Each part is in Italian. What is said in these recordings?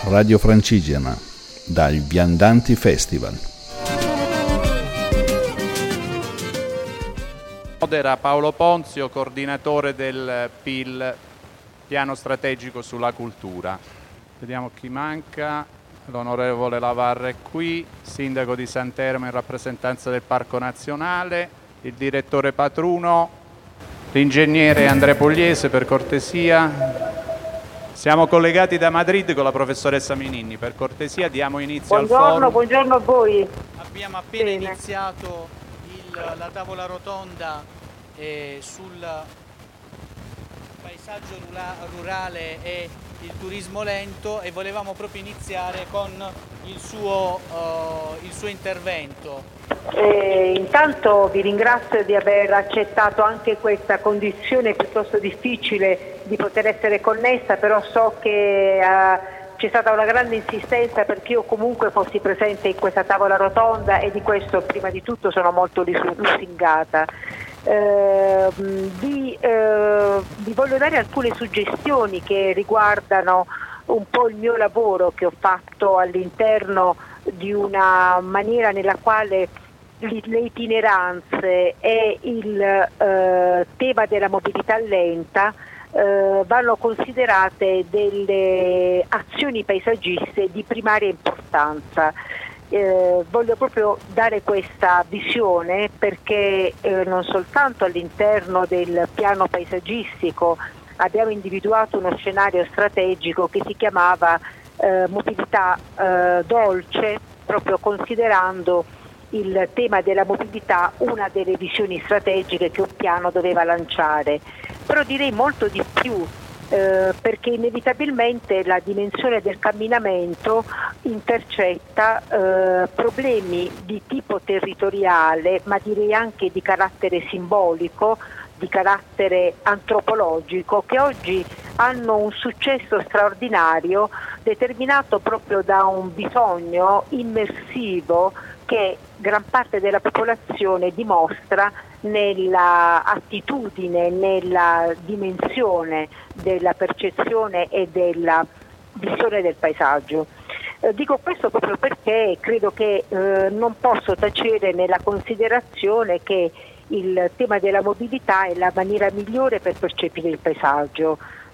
Radio Francigena, dal Viandanti Festival. Modera Paolo Ponzio, coordinatore del PIL, Piano Strategico sulla Cultura. Vediamo chi manca. L'onorevole Lavarra è qui, sindaco di Santeramo in rappresentanza del Parco Nazionale, il direttore Patruno, l'ingegnere Andrea Pugliese, per cortesia. Siamo collegati da Madrid con la professoressa Mininni, per cortesia diamo inizio al forum. Buongiorno a voi. Abbiamo appena iniziato la tavola rotonda sul paesaggio rurale e il turismo lento e volevamo proprio iniziare con il suo intervento. Intanto vi ringrazio di aver accettato anche questa condizione piuttosto difficile di poter essere connessa, però so che c'è stata una grande insistenza perché io comunque fossi presente in questa tavola rotonda e di questo prima di tutto sono molto lusingata. Vi voglio dare alcune suggestioni che riguardano un po' il mio lavoro che ho fatto all'interno di una maniera nella quale le itineranze e il tema della mobilità lenta vanno considerate delle azioni paesaggiste di primaria importanza. Voglio proprio dare questa visione perché non soltanto all'interno del piano paesaggistico abbiamo individuato uno scenario strategico che si chiamava mobilità dolce, proprio considerando il tema della mobilità una delle visioni strategiche che un piano doveva lanciare. Però direi molto di più, perché inevitabilmente la dimensione del camminamento intercetta problemi di tipo territoriale, ma direi anche di carattere simbolico, di carattere antropologico, che oggi hanno un successo straordinario determinato proprio da un bisogno immersivo che gran parte della popolazione dimostra nella attitudine, nella dimensione della percezione e della visione del paesaggio. Dico questo proprio perché credo che non posso tacere nella considerazione che il tema della mobilità è la maniera migliore per percepire il paesaggio.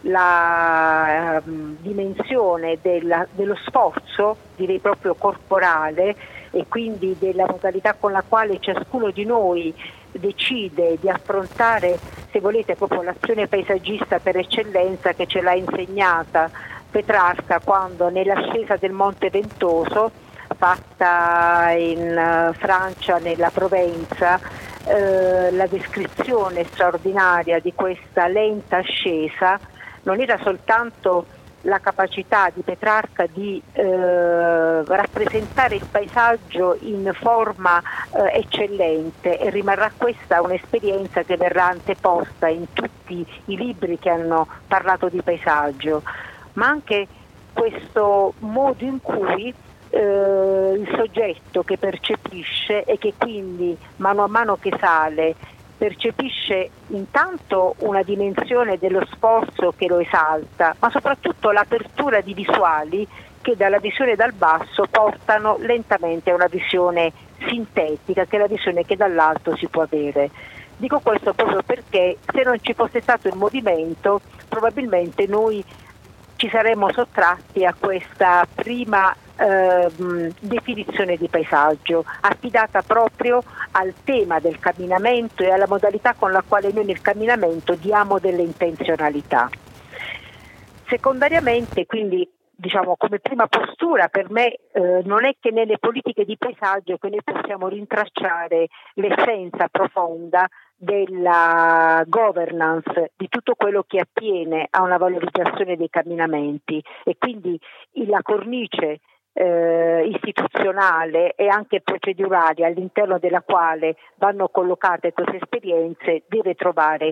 La dimensione dello sforzo, direi proprio corporale, e quindi della modalità con la quale ciascuno di noi decide di affrontare, se volete, proprio l'azione paesaggista per eccellenza che ce l'ha insegnata Petrarca quando nell'ascesa del Monte Ventoso, fatta in Francia, nella Provenza, la descrizione straordinaria di questa lenta ascesa non era soltanto la capacità di Petrarca di rappresentare il paesaggio in forma eccellente, e rimarrà questa un'esperienza che verrà anteposta in tutti i libri che hanno parlato di paesaggio, ma anche questo modo in cui il soggetto che percepisce e che quindi mano a mano che sale percepisce intanto una dimensione dello sforzo che lo esalta, ma soprattutto l'apertura di visuali che dalla visione dal basso portano lentamente a una visione sintetica, che è la visione che dall'alto si può avere. Dico questo proprio perché se non ci fosse stato il movimento probabilmente noi ci saremmo sottratti a questa prima definizione di paesaggio, affidata proprio al tema del camminamento e alla modalità con la quale noi nel camminamento diamo delle intenzionalità. Secondariamente, quindi, diciamo, come prima postura per me non è che nelle politiche di paesaggio che noi possiamo rintracciare l'essenza profonda della governance di tutto quello che attiene a una valorizzazione dei camminamenti, e quindi la cornice istituzionale e anche procedurale all'interno della quale vanno collocate queste esperienze deve trovare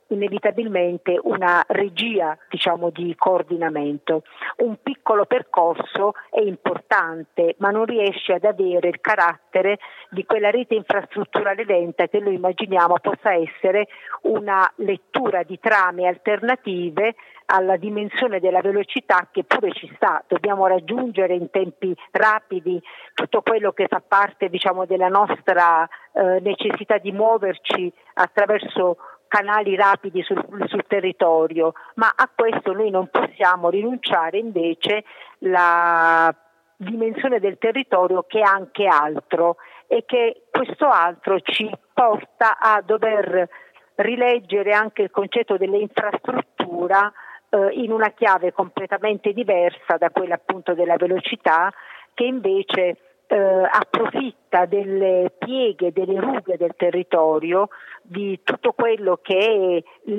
inevitabilmente una regia, diciamo, di coordinamento. Un piccolo percorso è importante, ma non riesce ad avere il carattere di quella rete infrastrutturale lenta che noi immaginiamo possa essere una lettura di trame alternative alla dimensione della velocità che pure ci sta. Dobbiamo raggiungere in tempi rapidi tutto quello che fa parte, diciamo, della nostra necessità di muoverci attraverso canali rapidi sul territorio, ma a questo noi non possiamo rinunciare invece la dimensione del territorio che è anche altro, e che questo altro ci porta a dover rileggere anche il concetto dell'infrastruttura in una chiave completamente diversa da quella appunto della velocità, che invece approfitta delle pieghe, delle rughe del territorio, di tutto quello che è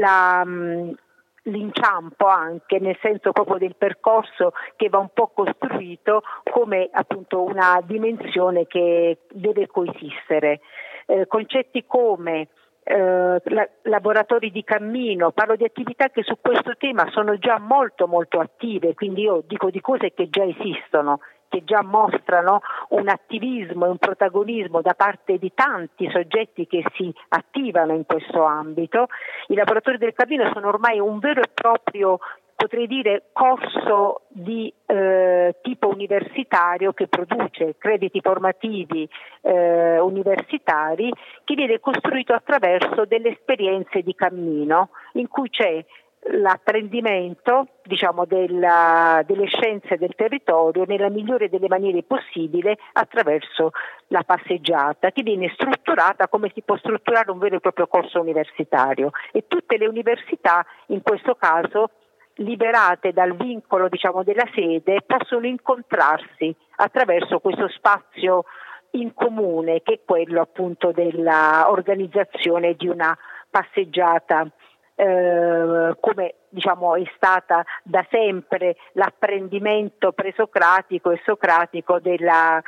l'inciampo, anche nel senso proprio del percorso che va un po' costruito come appunto una dimensione che deve coesistere. Concetti come laboratori di cammino, parlo di attività che su questo tema sono già molto molto attive, quindi io dico di cose che già esistono, che già mostrano un attivismo e un protagonismo da parte di tanti soggetti che si attivano in questo ambito. I laboratori del cammino sono ormai un vero e proprio, potrei dire, corso di tipo universitario che produce crediti formativi universitari, che viene costruito attraverso delle esperienze di cammino in cui c'è l'apprendimento, diciamo, delle scienze del territorio nella migliore delle maniere possibili attraverso la passeggiata, che viene strutturata come si può strutturare un vero e proprio corso universitario, e tutte le università in questo caso, liberate dal vincolo, diciamo, della sede, possono incontrarsi attraverso questo spazio in comune che è quello appunto della organizzazione di una passeggiata come, diciamo, è stata da sempre l'apprendimento presocratico e socratico della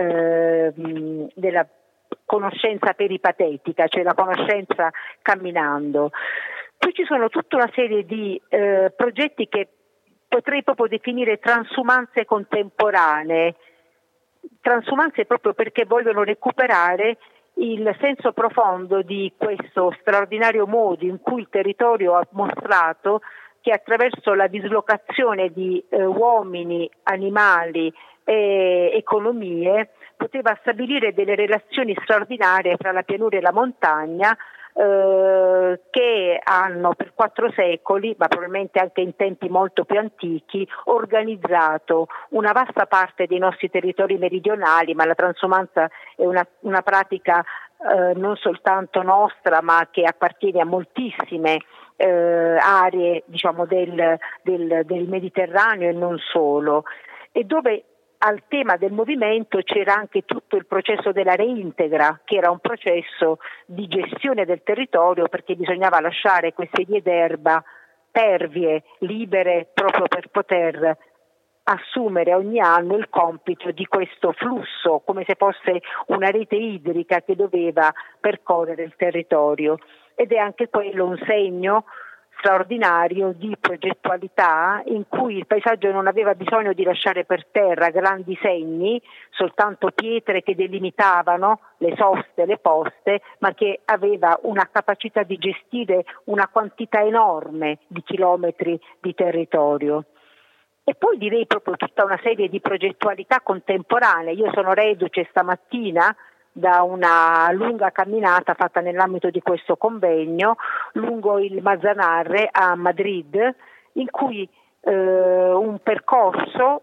conoscenza peripatetica, cioè la conoscenza camminando. Poi ci sono tutta una serie di progetti che potrei proprio definire transumanze contemporanee, transumanze proprio perché vogliono recuperare il senso profondo di questo straordinario modo in cui il territorio ha mostrato che attraverso la dislocazione di uomini, animali e economie poteva stabilire delle relazioni straordinarie tra la pianura e la montagna, che hanno per 4 secoli, ma probabilmente anche in tempi molto più antichi, organizzato una vasta parte dei nostri territori meridionali, ma la transumanza è una pratica non soltanto nostra, ma che appartiene a moltissime aree, diciamo, del Mediterraneo e non solo, e dove al tema del movimento c'era anche tutto il processo della reintegra, che era un processo di gestione del territorio, perché bisognava lasciare queste vie d'erba pervie, libere, proprio per poter assumere ogni anno il compito di questo flusso, come se fosse una rete idrica che doveva percorrere il territorio. Ed è anche quello un segno straordinario di progettualità, in cui il paesaggio non aveva bisogno di lasciare per terra grandi segni, soltanto pietre che delimitavano le soste, le poste, ma che aveva una capacità di gestire una quantità enorme di chilometri di territorio. E poi direi proprio tutta una serie di progettualità contemporanee. Io sono reduce stamattina da una lunga camminata fatta nell'ambito di questo convegno lungo il Manzanares a Madrid, in cui un percorso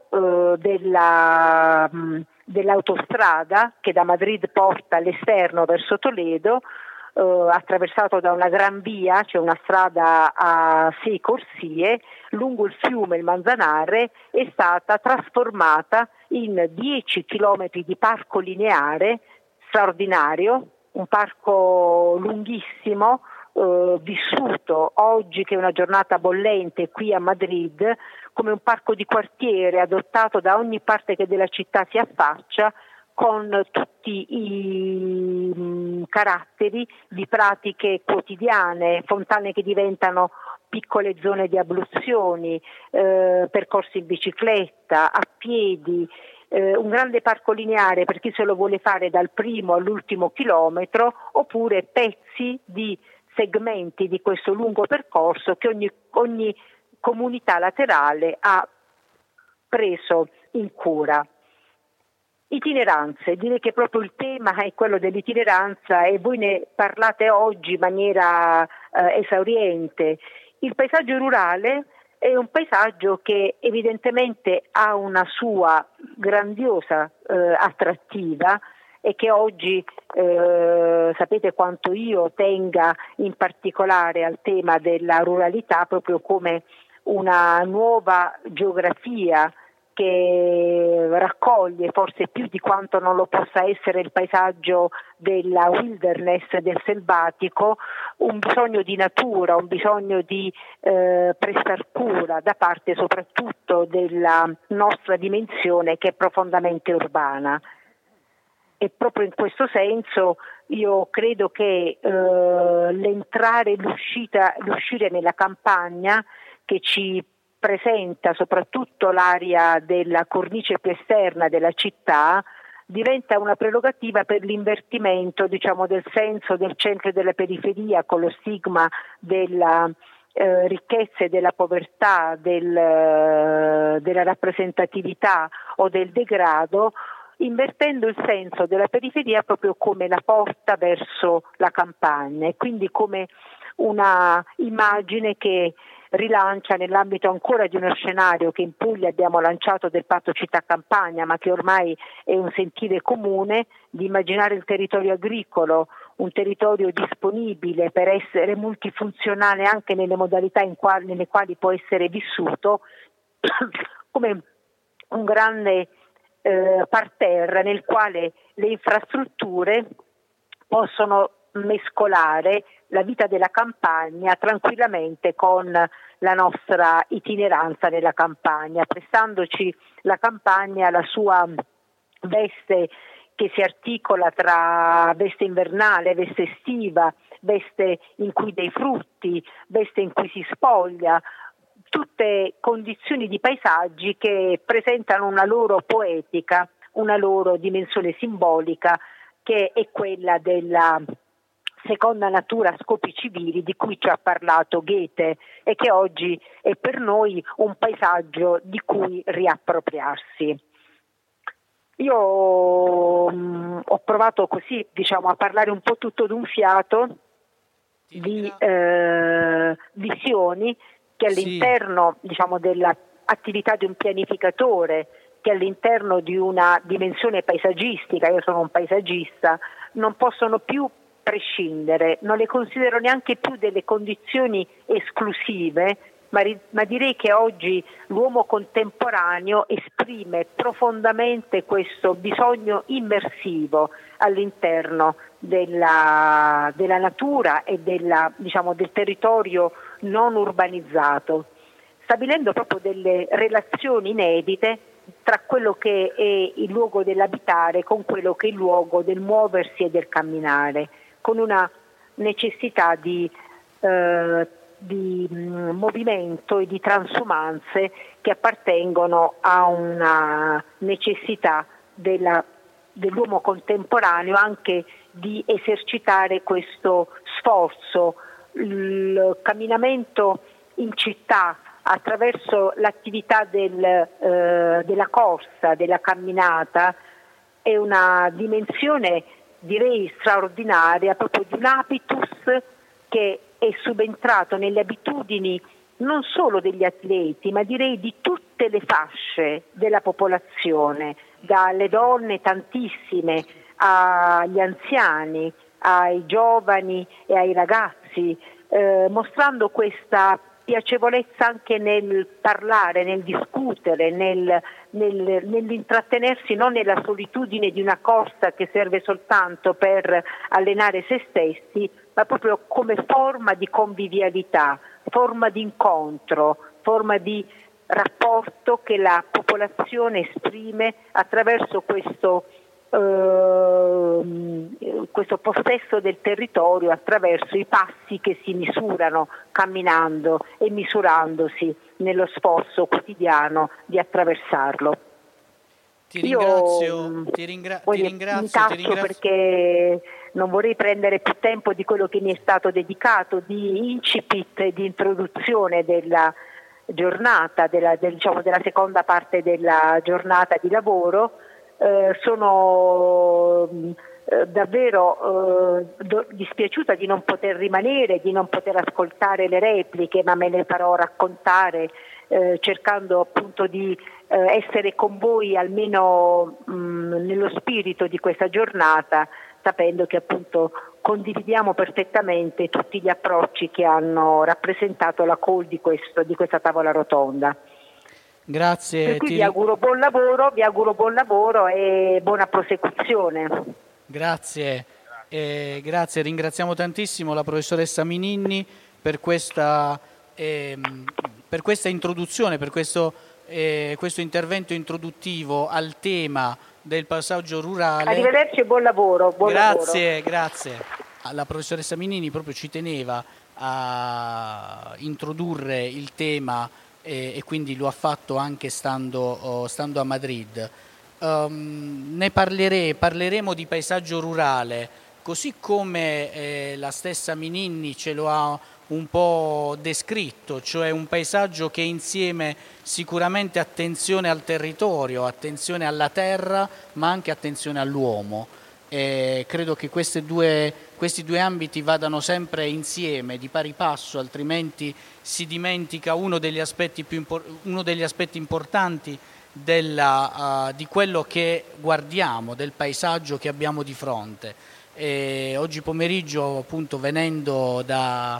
dell'autostrada che da Madrid porta all'esterno verso Toledo, attraversato da una gran via, cioè una strada a 6 corsie lungo il fiume il Manzanares, è stata trasformata in 10 chilometri di parco lineare straordinario, un parco lunghissimo, vissuto oggi che è una giornata bollente qui a Madrid come un parco di quartiere adottato da ogni parte che della città si affaccia, con tutti i caratteri di pratiche quotidiane, fontane che diventano piccole zone di abluzioni, percorsi in bicicletta, a piedi, un grande parco lineare per chi se lo vuole fare dal primo all'ultimo chilometro, oppure pezzi di segmenti di questo lungo percorso che ogni comunità laterale ha preso in cura. Itineranze, direi che proprio il tema è quello dell'itineranza e voi ne parlate oggi in maniera esauriente. Il paesaggio rurale è un paesaggio che evidentemente ha una sua grandiosa attrattiva e che oggi sapete quanto io tenga in particolare al tema della ruralità proprio come una nuova geografia che raccoglie forse più di quanto non lo possa essere il paesaggio della wilderness, del selvatico, un bisogno di natura, un bisogno di prestar cura da parte soprattutto della nostra dimensione che è profondamente urbana. E proprio in questo senso io credo che l'entrare e l'uscire nella campagna che ci presenta soprattutto l'area della cornice più esterna della città diventa una prerogativa per l'invertimento, diciamo, del senso del centro e della periferia con lo stigma della ricchezza e della povertà, della rappresentatività o del degrado, invertendo il senso della periferia proprio come la porta verso la campagna e quindi come una immagine che rilancia nell'ambito ancora di uno scenario che in Puglia abbiamo lanciato del patto città-campagna, ma che ormai è un sentire comune, di immaginare il territorio agricolo, un territorio disponibile per essere multifunzionale anche nelle modalità nelle quali può essere vissuto, come un grande parterre nel quale le infrastrutture possono mescolare la vita della campagna tranquillamente con la nostra itineranza nella campagna, prestandoci la campagna alla sua veste che si articola tra veste invernale, veste estiva, veste in cui dei frutti, veste in cui si spoglia, tutte condizioni di paesaggi che presentano una loro poetica, una loro dimensione simbolica che è quella della seconda natura a scopi civili di cui ci ha parlato Goethe e che oggi è per noi un paesaggio di cui riappropriarsi. Io ho provato così, diciamo, a parlare un po' tutto d'un fiato di visioni che all'interno, diciamo, dell'attività di un pianificatore, che all'interno di una dimensione paesaggistica, io sono un paesaggista, non possono più prescindere, non le considero neanche più delle condizioni esclusive, ma direi che oggi l'uomo contemporaneo esprime profondamente questo bisogno immersivo all'interno della natura e del territorio non urbanizzato, stabilendo proprio delle relazioni inedite tra quello che è il luogo dell'abitare con quello che è il luogo del muoversi e del camminare, con una necessità di movimento e di transumanze che appartengono a una necessità dell'uomo contemporaneo anche di esercitare questo sforzo. Il camminamento in città attraverso l'attività della corsa, della camminata, è una dimensione, direi, straordinaria, proprio di un habitus che è subentrato nelle abitudini non solo degli atleti, ma direi di tutte le fasce della popolazione, dalle donne tantissime, agli anziani, ai giovani e ai ragazzi, mostrando questa piacevolezza anche nel parlare, nel discutere, nell'intrattenersi non nella solitudine di una corsa che serve soltanto per allenare se stessi, ma proprio come forma di convivialità, forma di incontro, forma di rapporto che la popolazione esprime attraverso questo questo possesso del territorio attraverso i passi che si misurano camminando e misurandosi nello sforzo quotidiano di attraversarlo. Ti ringrazio perché non vorrei prendere più tempo di quello che mi è stato dedicato di incipit e di introduzione della giornata, della seconda parte della giornata di lavoro. Sono davvero dispiaciuta di non poter rimanere, di non poter ascoltare le repliche, ma me le farò raccontare cercando appunto di essere con voi almeno nello spirito di questa giornata, sapendo che appunto condividiamo perfettamente tutti gli approcci che hanno rappresentato la call di questa tavola rotonda. Grazie. Per cui vi auguro buon lavoro e buona prosecuzione. Grazie, ringraziamo tantissimo la professoressa Mininni per questa introduzione, per questo intervento introduttivo al tema del paesaggio rurale. Arrivederci e buon lavoro. Grazie. La professoressa Mininni proprio ci teneva a introdurre il tema e quindi lo ha fatto anche stando a Madrid. Ne parleremo di paesaggio rurale, così come la stessa Mininni ce lo ha un po' descritto, cioè un paesaggio che insieme sicuramente attenzione al territorio, attenzione alla terra, ma anche attenzione all'uomo. Credo che questi due ambiti vadano sempre insieme, di pari passo, altrimenti si dimentica uno degli aspetti importanti di quello che guardiamo, del paesaggio che abbiamo di fronte. Oggi pomeriggio, appunto, venendo da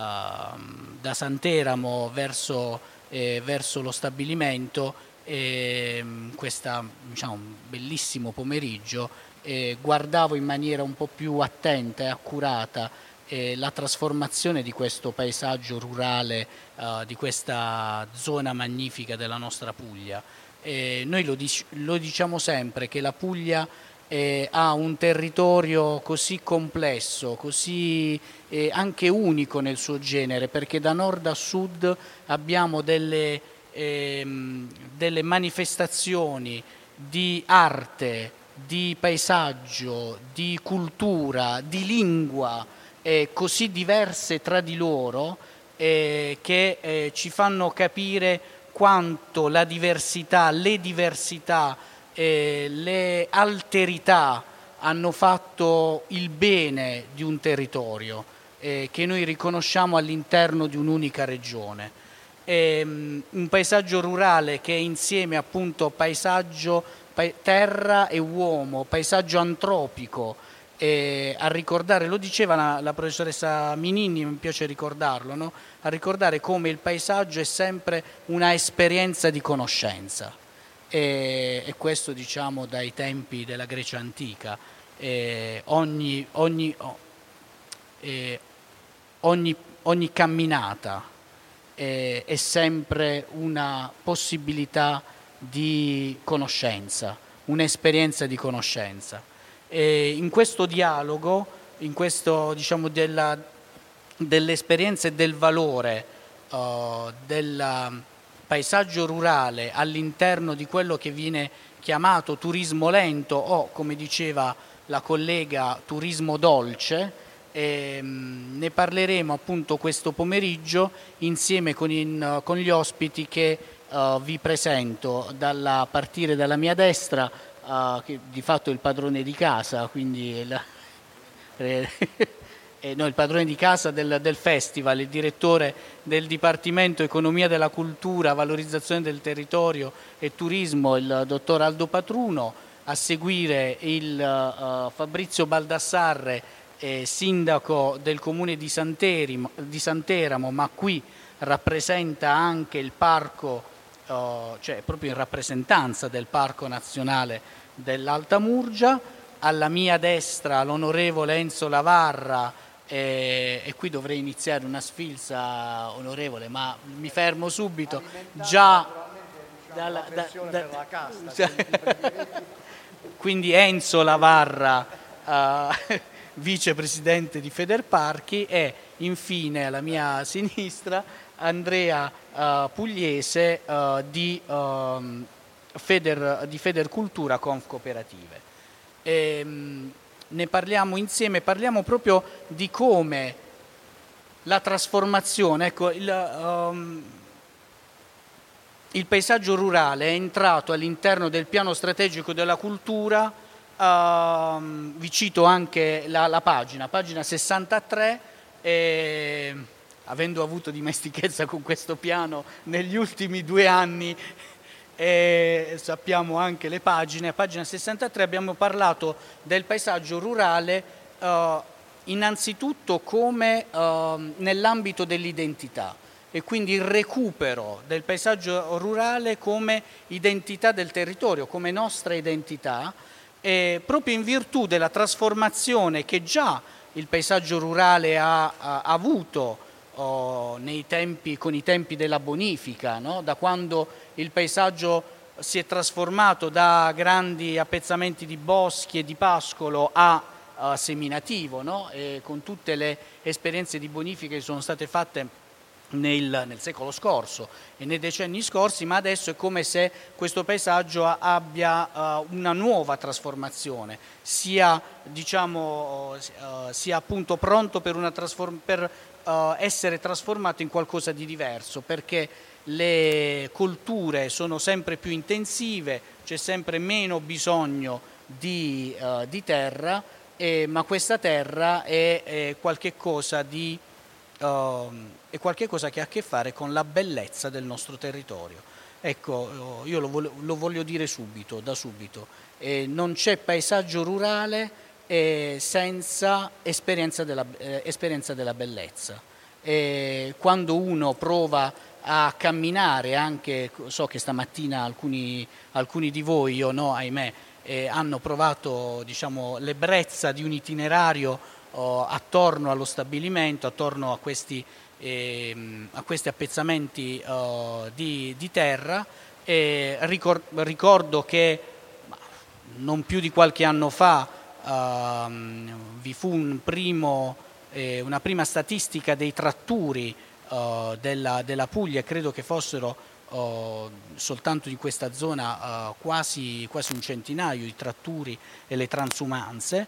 Santeramo verso lo stabilimento, questo bellissimo pomeriggio, guardavo in maniera un po' più attenta e accurata la trasformazione di questo paesaggio rurale, di questa zona magnifica della nostra Puglia. Noi lo diciamo sempre che la Puglia ha un territorio così complesso, così anche unico nel suo genere, perché da nord a sud abbiamo delle manifestazioni di arte, di paesaggio, di cultura, di lingua così diverse tra di loro che ci fanno capire quanto la diversità, le diversità, le alterità hanno fatto il bene di un territorio che noi riconosciamo all'interno di un'unica regione. Un paesaggio rurale che insieme appunto paesaggio, terra e uomo, paesaggio antropico, a ricordare, lo diceva la professoressa Mininni, mi piace ricordarlo, no? A ricordare come il paesaggio è sempre una esperienza di conoscenza. E questo diciamo dai tempi della Grecia antica. Ogni camminata è sempre una possibilità di conoscenza, un'esperienza di conoscenza. In questo dialogo, in questo diciamo dell'esperienza e del valore del paesaggio rurale all'interno di quello che viene chiamato turismo lento o, come diceva la collega, turismo dolce, ne parleremo appunto questo pomeriggio insieme con gli ospiti che vi presento, a partire dalla mia destra, che di fatto è il padrone di casa, quindi il padrone di casa del festival, il direttore del Dipartimento Economia della Cultura, Valorizzazione del Territorio e Turismo, il dottor Aldo Patruno, a seguire il Fabrizio Baldassarre, sindaco del comune di Santeramo, ma qui rappresenta anche il parco, cioè proprio in rappresentanza del Parco Nazionale dell'Alta Murgia. Alla mia destra l'onorevole Enzo Lavarra, e qui dovrei iniziare una sfilza, onorevole, ma mi fermo subito. Già quindi Enzo Lavarra, vicepresidente di Federparchi, e infine alla mia sinistra Andrea Pugliese di Federcultura Conf Cooperative. Ne parliamo insieme, parliamo proprio di come la trasformazione, ecco, il paesaggio rurale è entrato all'interno del piano strategico della cultura. Vi cito anche la pagina 63, avendo avuto dimestichezza con questo piano negli ultimi 2 anni, sappiamo anche le pagine. A pagina 63 abbiamo parlato del paesaggio rurale innanzitutto come nell'ambito dell'identità, e quindi il recupero del paesaggio rurale come identità del territorio, come nostra identità, proprio in virtù della trasformazione che già il paesaggio rurale ha avuto con i tempi della bonifica, no? Da quando il paesaggio si è trasformato da grandi appezzamenti di boschi e di pascolo a seminativo, no? E con tutte le esperienze di bonifica che sono state fatte nel secolo scorso e nei decenni scorsi, ma adesso è come se questo paesaggio abbia una nuova trasformazione, sia appunto pronto per essere trasformato in qualcosa di diverso, perché le colture sono sempre più intensive, c'è sempre meno bisogno di terra, ma questa terra è qualche cosa che ha a che fare con la bellezza del nostro territorio. Ecco, io lo voglio dire da subito. Non c'è paesaggio rurale senza esperienza della bellezza. Quando uno prova a camminare, anche so che stamattina alcuni di voi, io no, ahimè, hanno provato, diciamo, l'ebbrezza di un itinerario attorno allo stabilimento, attorno a questi appezzamenti di terra. Ricordo che non più di qualche anno fa vi fu una prima statistica dei tratturi della Puglia, credo che fossero soltanto in questa zona quasi un centinaio di tratturi e le transumanze.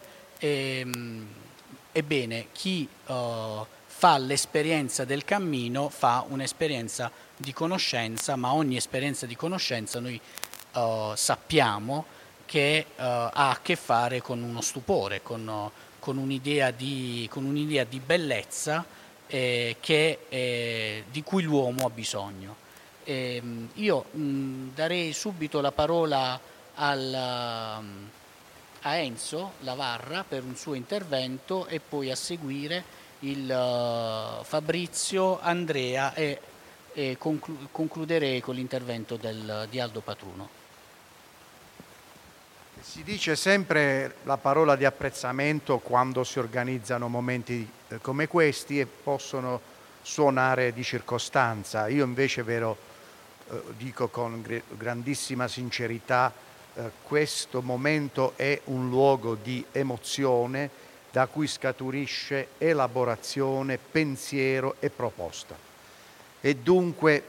Ebbene, chi fa l'esperienza del cammino fa un'esperienza di conoscenza, ma ogni esperienza di conoscenza noi sappiamo che ha a che fare con uno stupore, con un'idea di bellezza di cui l'uomo ha bisogno. Io darei subito la parola a Enzo Lavarra per un suo intervento e poi a seguire il Fabrizio, Andrea e concluderei con l'intervento di Aldo Patruno. Si dice sempre la parola di apprezzamento quando si organizzano momenti come questi e possono suonare di circostanza. Io invece dico con grandissima sincerità, questo momento è un luogo di emozione da cui scaturisce elaborazione, pensiero e proposta. E dunque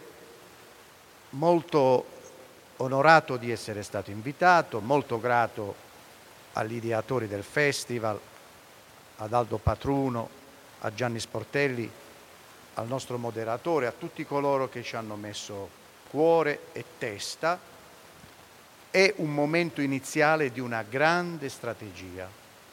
molto onorato di essere stato invitato, molto grato agli ideatori del festival, ad Aldo Patruno, a Gianni Sportelli, al nostro moderatore, a tutti coloro che ci hanno messo cuore e testa. È un momento iniziale di una grande strategia,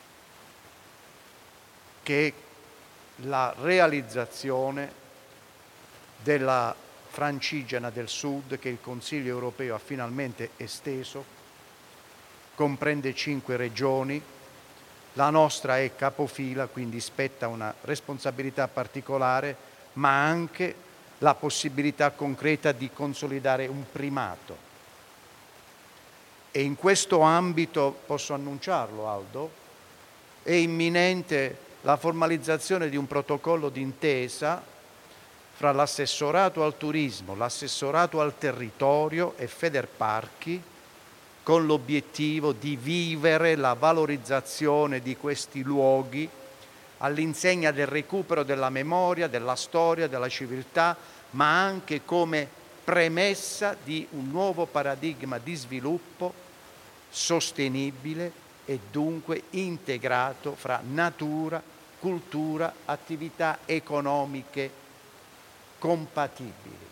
che è la realizzazione della Francigena del Sud, che il Consiglio europeo ha finalmente esteso, comprende 5 regioni, la nostra è capofila, quindi spetta una responsabilità particolare, ma anche la possibilità concreta di consolidare un primato. E in questo ambito, posso annunciarlo Aldo, è imminente la formalizzazione di un protocollo d'intesa fra l'assessorato al turismo, l'assessorato al territorio e Federparchi con l'obiettivo di vivere la valorizzazione di questi luoghi all'insegna del recupero della memoria, della storia, della civiltà, ma anche come premessa di un nuovo paradigma di sviluppo sostenibile e dunque integrato fra natura, cultura, attività economiche compatibili.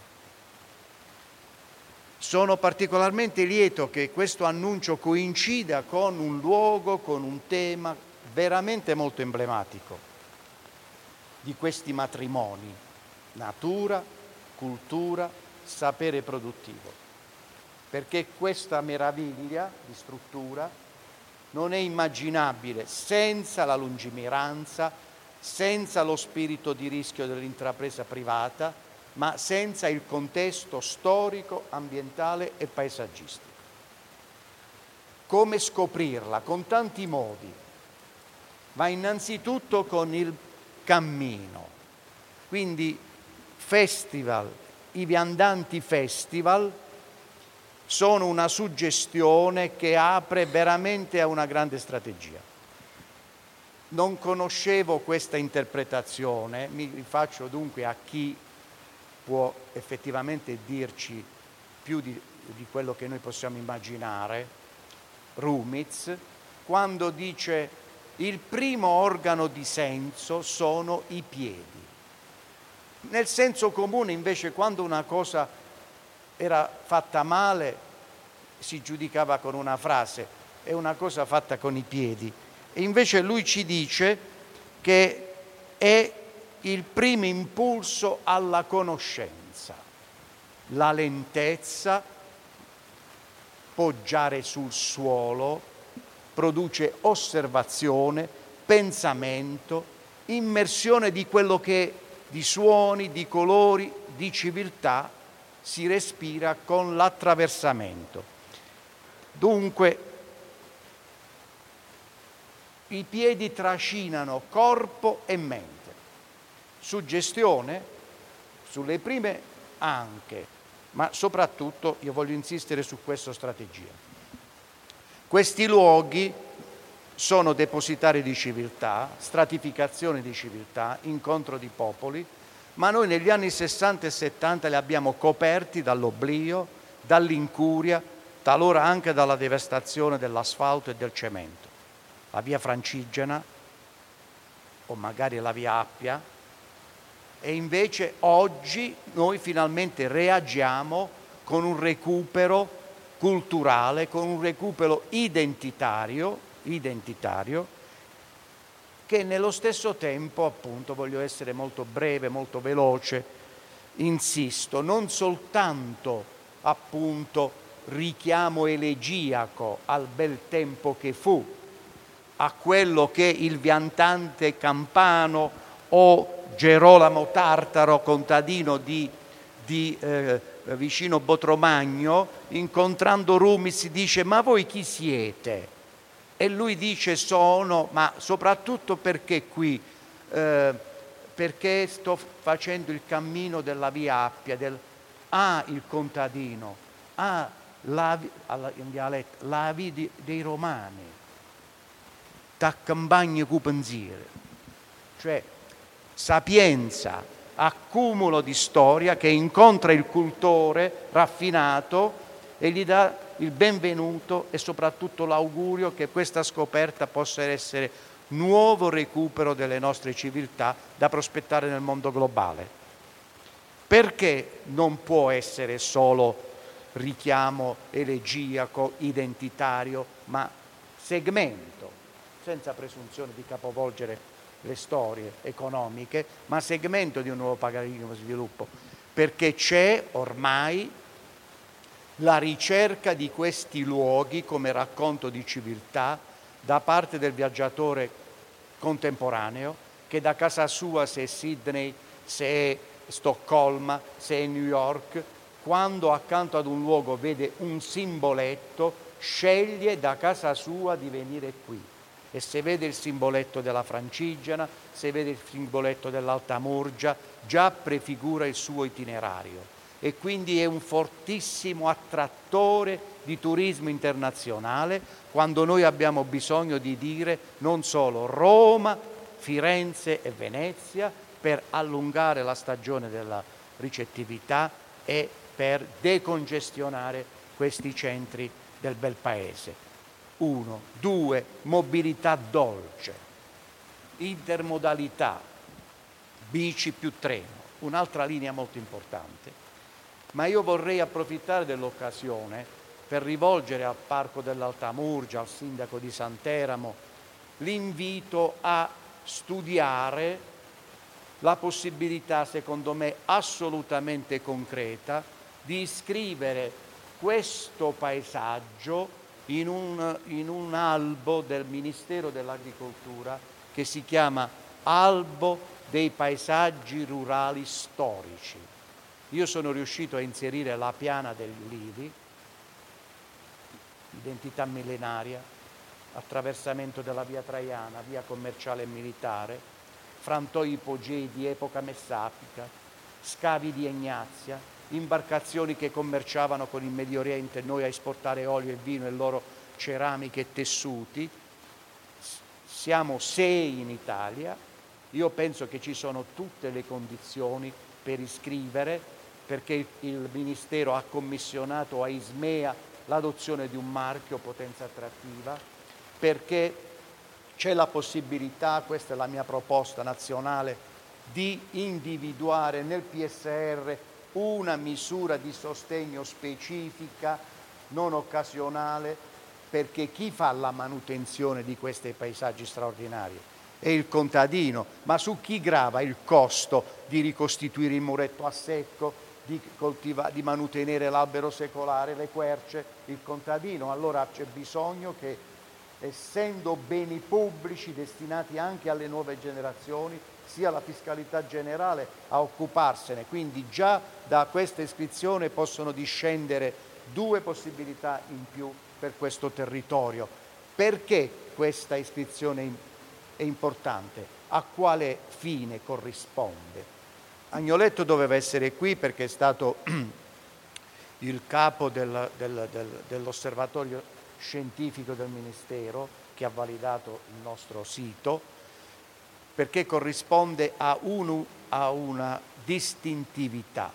Sono particolarmente lieto che questo annuncio coincida con un luogo, con un tema veramente molto emblematico di questi matrimoni: natura, cultura, sapere produttivo. Perché questa meraviglia di struttura non è immaginabile senza la lungimiranza, senza lo spirito di rischio dell'intrapresa privata, ma senza il contesto storico, ambientale e paesaggistico. Come scoprirla? Con tanti modi, ma innanzitutto con il cammino. Quindi festival, i viandanti festival sono una suggestione che apre veramente a una grande strategia. Non conoscevo questa interpretazione, mi rifaccio dunque a chi può effettivamente dirci più di quello che noi possiamo immaginare, Rumiz, quando dice: il primo organo di senso sono i piedi. Nel senso comune, invece, quando una cosa era fatta male, si giudicava con una frase: è una cosa fatta con i piedi. E invece lui ci dice che è il primo impulso alla conoscenza, la lentezza, poggiare sul suolo, produce osservazione, pensamento, immersione di quello che di suoni, di colori, di civiltà si respira con l'attraversamento. Dunque, i piedi trascinano corpo e mente. Suggestione sulle prime anche, ma soprattutto io voglio insistere su questa strategia. Questi luoghi sono depositari di civiltà, stratificazione di civiltà, incontro di popoli, ma noi negli anni 60 e 70 li abbiamo coperti dall'oblio, dall'incuria, talora anche dalla devastazione dell'asfalto e del cemento. La via Francigena o magari la via Appia, e invece oggi noi finalmente reagiamo con un recupero culturale, con un recupero identitario, che nello stesso tempo, appunto, voglio essere molto breve, molto veloce, insisto, non soltanto appunto richiamo elegiaco al bel tempo che fu, a quello che il viandante campano o Gerolamo Tartaro, contadino di vicino Botromagno, incontrando Rumiz dice: ma voi chi siete? E lui dice: sono, ma soprattutto perché qui? Perché sto facendo il cammino della via Appia, il contadino, in dialetto, la via dei Romani, t'accompagno cu pensiero, cioè sapienza, accumulo di storia che incontra il cultore raffinato e gli dà il benvenuto e soprattutto l'augurio che questa scoperta possa essere nuovo recupero delle nostre civiltà da prospettare nel mondo globale. Perché non può essere solo richiamo elegiaco, identitario, ma segmento, senza presunzione di capovolgere le storie economiche, ma segmento di un nuovo paradigma di sviluppo, perché c'è ormai la ricerca di questi luoghi come racconto di civiltà da parte del viaggiatore contemporaneo, che da casa sua, se è Sydney, se è Stoccolma, se è New York, quando accanto ad un luogo vede un simboletto, sceglie da casa sua di venire qui. E se vede il simboletto della Francigena, se vede il simboletto dell'Alta Murgia, già prefigura il suo itinerario. e quindi è un fortissimo attrattore di turismo internazionale, quando noi abbiamo bisogno di dire non solo Roma, Firenze e Venezia per allungare la stagione della ricettività e per decongestionare questi centri del bel paese. 1, 2, mobilità dolce, intermodalità, bici più treno, un'altra linea molto importante. Ma io vorrei approfittare dell'occasione per rivolgere al Parco dell'Alta Murgia, al sindaco di Santeramo, l'invito a studiare la possibilità, secondo me assolutamente concreta, di iscrivere questo paesaggio in un albo del Ministero dell'Agricoltura che si chiama Albo dei paesaggi rurali storici. Io sono riuscito a inserire la Piana degli Ulivi, identità millenaria, attraversamento della via Traiana, via commerciale e militare, frantoi ipogei di epoca messapica, scavi di Egnazia, imbarcazioni che commerciavano con il Medio Oriente, noi a esportare olio e vino e loro ceramiche e tessuti. Siamo 6 in Italia, io penso che ci sono tutte le condizioni per iscrivere, perché il Ministero ha commissionato a Ismea l'adozione di un marchio potenza attrattiva, perché c'è la possibilità, questa è la mia proposta nazionale, di individuare nel PSR una misura di sostegno specifica, non occasionale, perché chi fa la manutenzione di questi paesaggi straordinari è il contadino, ma su chi grava il costo di ricostituire il muretto a secco, di manutenere l'albero secolare, le querce, il contadino. Allora c'è bisogno che, essendo beni pubblici destinati anche alle nuove generazioni, sia la fiscalità generale a occuparsene. Quindi già da questa iscrizione possono discendere 2 possibilità in più per questo territorio. Perché questa iscrizione è importante? A quale fine corrisponde? Agnoletto doveva essere qui perché è stato il capo dell'osservatorio scientifico del Ministero che ha validato il nostro sito, perché corrisponde a una distintività: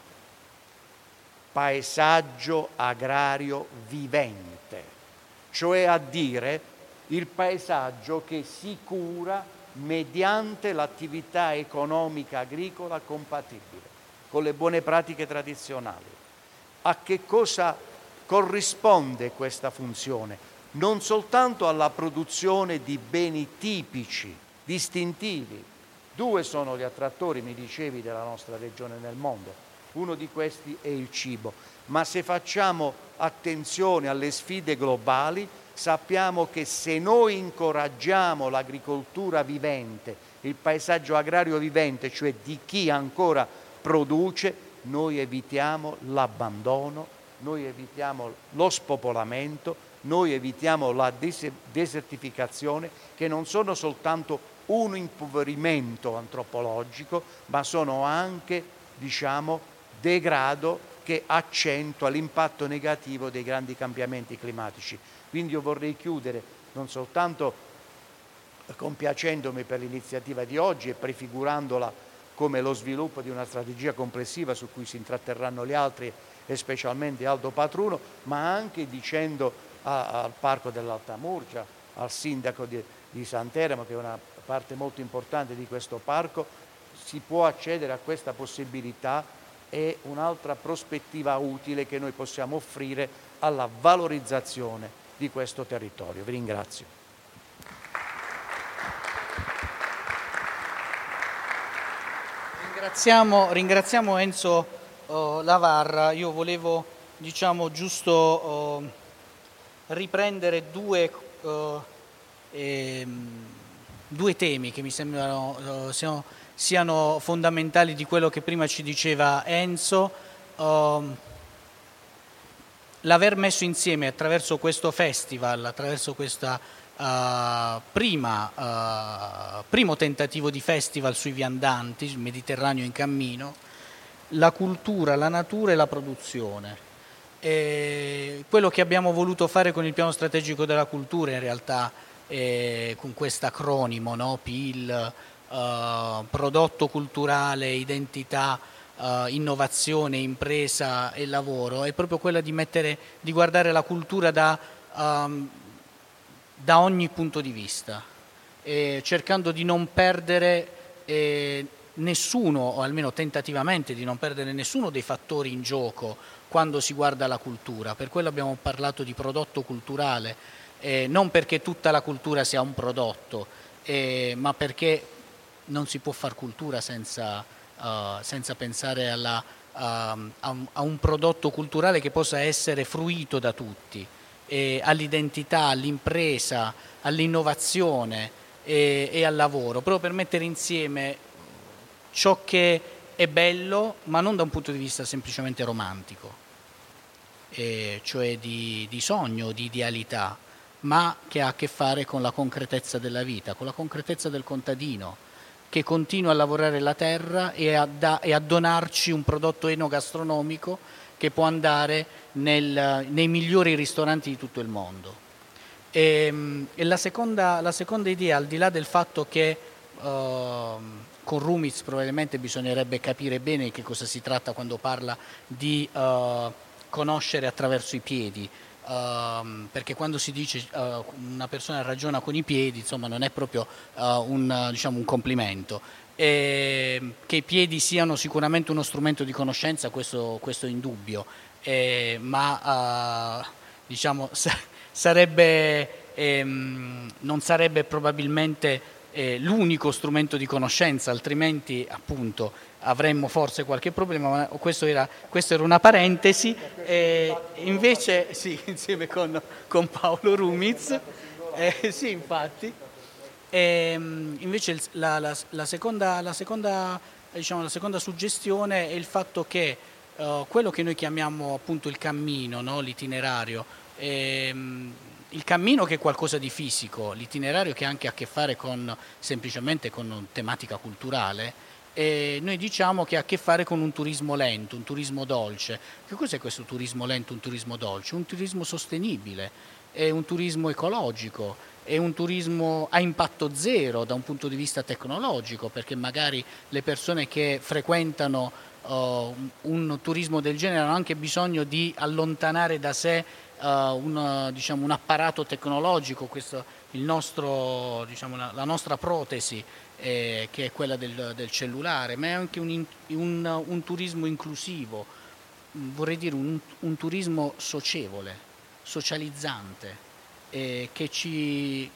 paesaggio agrario vivente, cioè a dire il paesaggio che si cura mediante l'attività economica agricola compatibile con le buone pratiche tradizionali. A che cosa corrisponde questa funzione? Non soltanto alla produzione di beni tipici, distintivi. 2 sono gli attrattori, mi dicevi, della nostra regione nel mondo. Uno di questi è il cibo. Ma se facciamo attenzione alle sfide globali, sappiamo che se noi incoraggiamo l'agricoltura vivente, il paesaggio agrario vivente, cioè di chi ancora produce, noi evitiamo l'abbandono, noi evitiamo lo spopolamento, noi evitiamo la desertificazione, che non sono soltanto un impoverimento antropologico, ma sono anche, degrado che accentua l'impatto negativo dei grandi cambiamenti climatici. Quindi io vorrei chiudere non soltanto compiacendomi per l'iniziativa di oggi e prefigurandola come lo sviluppo di una strategia complessiva su cui si intratterranno gli altri e specialmente Aldo Patruno, ma anche dicendo al Parco dell'Alta Murgia, al sindaco di Santeramo, che è una parte molto importante di questo parco, si può accedere a questa possibilità. È un'altra prospettiva utile che noi possiamo offrire alla valorizzazione di questo territorio. Vi ringrazio. Ringraziamo Enzo Lavarra. Io volevo giusto riprendere due temi che mi sembrano siano fondamentali di quello che prima ci diceva Enzo. L'aver messo insieme attraverso questo festival, attraverso questa primo tentativo di festival sui viandanti, sul Mediterraneo in cammino, la cultura, la natura e la produzione. E quello che abbiamo voluto fare con il piano strategico della cultura in realtà, con questo acronimo, no? PIL, prodotto culturale, identità, innovazione, impresa e lavoro, è proprio quella di guardare la cultura da ogni punto di vista, cercando di non perdere nessuno, o almeno tentativamente di non perdere nessuno dei fattori in gioco quando si guarda la cultura. Per quello abbiamo parlato di prodotto culturale, non perché tutta la cultura sia un prodotto, ma perché non si può far cultura senza pensare a un prodotto culturale che possa essere fruito da tutti, all'identità, all'impresa, all'innovazione e al lavoro, proprio per mettere insieme ciò che è bello, ma non da un punto di vista semplicemente romantico, cioè di sogno, di idealità, ma che ha a che fare con la concretezza della vita, con la concretezza del contadino, che continua a lavorare la terra e a donarci un prodotto enogastronomico che può andare nei migliori ristoranti di tutto il mondo. E la seconda idea, al di là del fatto che con Rumiz probabilmente bisognerebbe capire bene di che cosa si tratta quando parla di conoscere attraverso i piedi, perché quando si dice una persona ragiona con i piedi, insomma, non è proprio un complimento. Che i piedi siano sicuramente uno strumento di conoscenza, questo è indubbio, ma non sarebbe probabilmente l'unico strumento di conoscenza, altrimenti appunto avremmo forse qualche problema, ma questa era una parentesi. Invece sì, insieme con Paolo Rumiz, sì, infatti. Invece la seconda suggestione è il fatto che quello che noi chiamiamo appunto il cammino, no? L'itinerario, il cammino che è qualcosa di fisico, l'itinerario che ha anche a che fare semplicemente con tematica culturale, noi diciamo che ha a che fare con un turismo lento, un turismo dolce. Che cos'è questo turismo lento, un turismo dolce? Un turismo sostenibile, è un turismo ecologico, è un turismo a impatto zero da un punto di vista tecnologico, perché magari le persone che frequentano un turismo del genere hanno anche bisogno di allontanare da sé un apparato tecnologico, la nostra protesi, che è quella del cellulare, ma è anche un turismo inclusivo, vorrei dire un turismo socievole, socializzante, che ci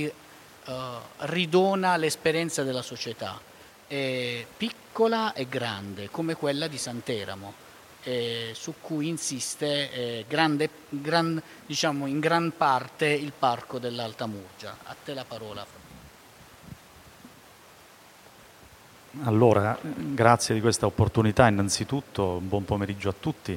ridona l'esperienza della società, piccola e grande, come quella di Santeramo, su cui insiste in gran parte il parco dell'Alta Murgia. A te la parola. Allora, grazie di questa opportunità innanzitutto, un buon pomeriggio a tutti.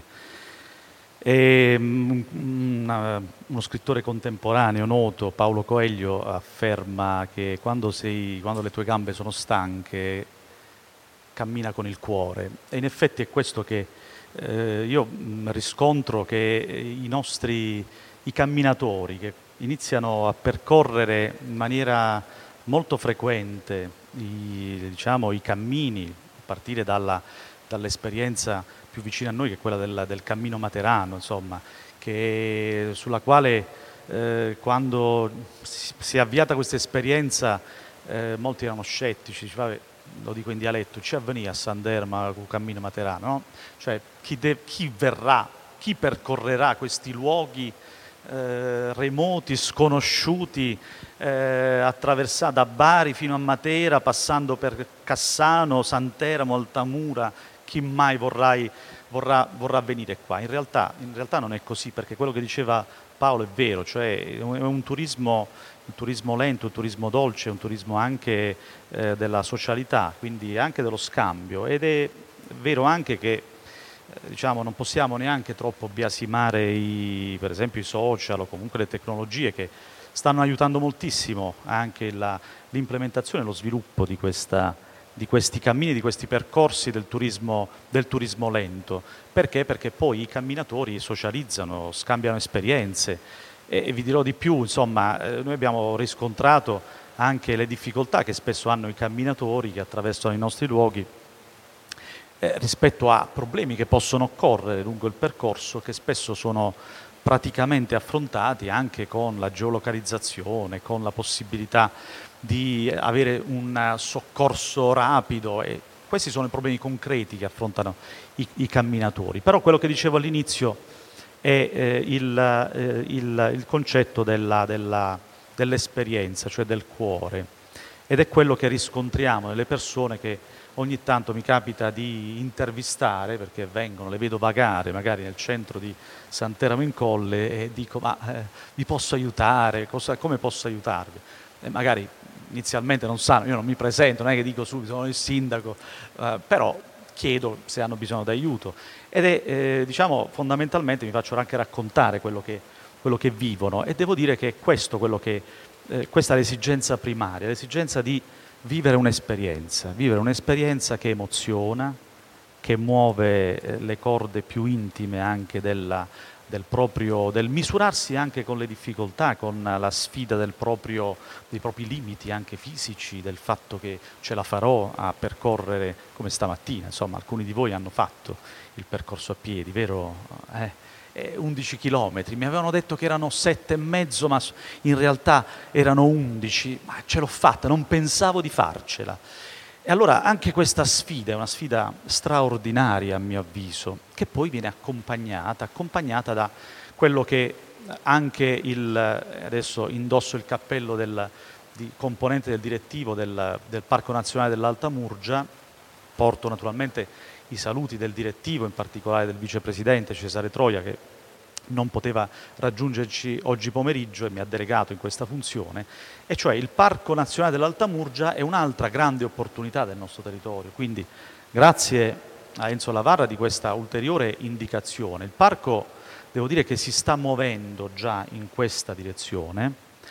Uno scrittore contemporaneo noto, Paulo Coelho, afferma che quando le tue gambe sono stanche, cammina con il cuore. E in effetti è questo che io riscontro, che i camminatori che iniziano a percorrere in maniera molto frequente i cammini, a partire dall'esperienza più vicina a noi, che è quella del cammino materano, insomma, sulla quale quando si è avviata questa esperienza molti erano scettici, lo dico in dialetto, ci avvenia a Sanderma con cammino materano, no? Cioè chi percorrerà questi luoghi remoti, sconosciuti, attraversati da Bari fino a Matera, passando per Cassano, Santeramo, Altamura, chi mai vorrà venire qua? In realtà non è così, perché quello che diceva Paolo è vero, cioè è un turismo lento, un turismo dolce, un turismo anche della socialità, quindi anche dello scambio, ed è vero anche che non possiamo neanche troppo biasimare per esempio i social o comunque le tecnologie, che stanno aiutando moltissimo anche l'implementazione e lo sviluppo di questa di questi cammini, di questi percorsi del turismo lento. Perché? Perché poi i camminatori socializzano, scambiano esperienze e vi dirò di più, insomma, noi abbiamo riscontrato anche le difficoltà che spesso hanno i camminatori che attraversano i nostri luoghi rispetto a problemi che possono occorrere lungo il percorso, che spesso sono praticamente affrontati anche con la geolocalizzazione, con la possibilità di avere un soccorso rapido, e questi sono i problemi concreti che affrontano i camminatori. Però quello che dicevo all'inizio è il concetto dell'esperienza, cioè del cuore, ed è quello che riscontriamo nelle persone che ogni tanto mi capita di intervistare, perché vengono, le vedo vagare magari nel centro di Sant'Eramo in Colle e dico: ma vi posso aiutare? Come posso aiutarvi? E magari inizialmente non sanno, io non mi presento, non è che dico subito sono il sindaco, però chiedo se hanno bisogno d'aiuto, ed è diciamo fondamentalmente mi faccio anche raccontare quello che vivono, e devo dire che è questo questa è l'esigenza primaria, l'esigenza di vivere un'esperienza che emoziona, che muove le corde più intime anche del misurarsi anche con le difficoltà, con la sfida dei propri limiti anche fisici, del fatto che ce la farò a percorrere come stamattina, insomma alcuni di voi hanno fatto il percorso a piedi, vero? 11 chilometri, mi avevano detto che erano 7,5, ma in realtà erano 11, ma ce l'ho fatta, non pensavo di farcela. E allora anche questa sfida è una sfida straordinaria a mio avviso, che poi viene accompagnata da quello che anche adesso indosso il cappello di componente del direttivo del Parco Nazionale dell'Alta Murgia, porto naturalmente i saluti del direttivo, in particolare del vicepresidente Cesare Troia, che non poteva raggiungerci oggi pomeriggio e mi ha delegato in questa funzione, e cioè il Parco Nazionale dell'Alta Murgia è un'altra grande opportunità del nostro territorio. Quindi grazie a Enzo Lavarra di questa ulteriore indicazione. Il parco, devo dire che si sta muovendo già in questa direzione,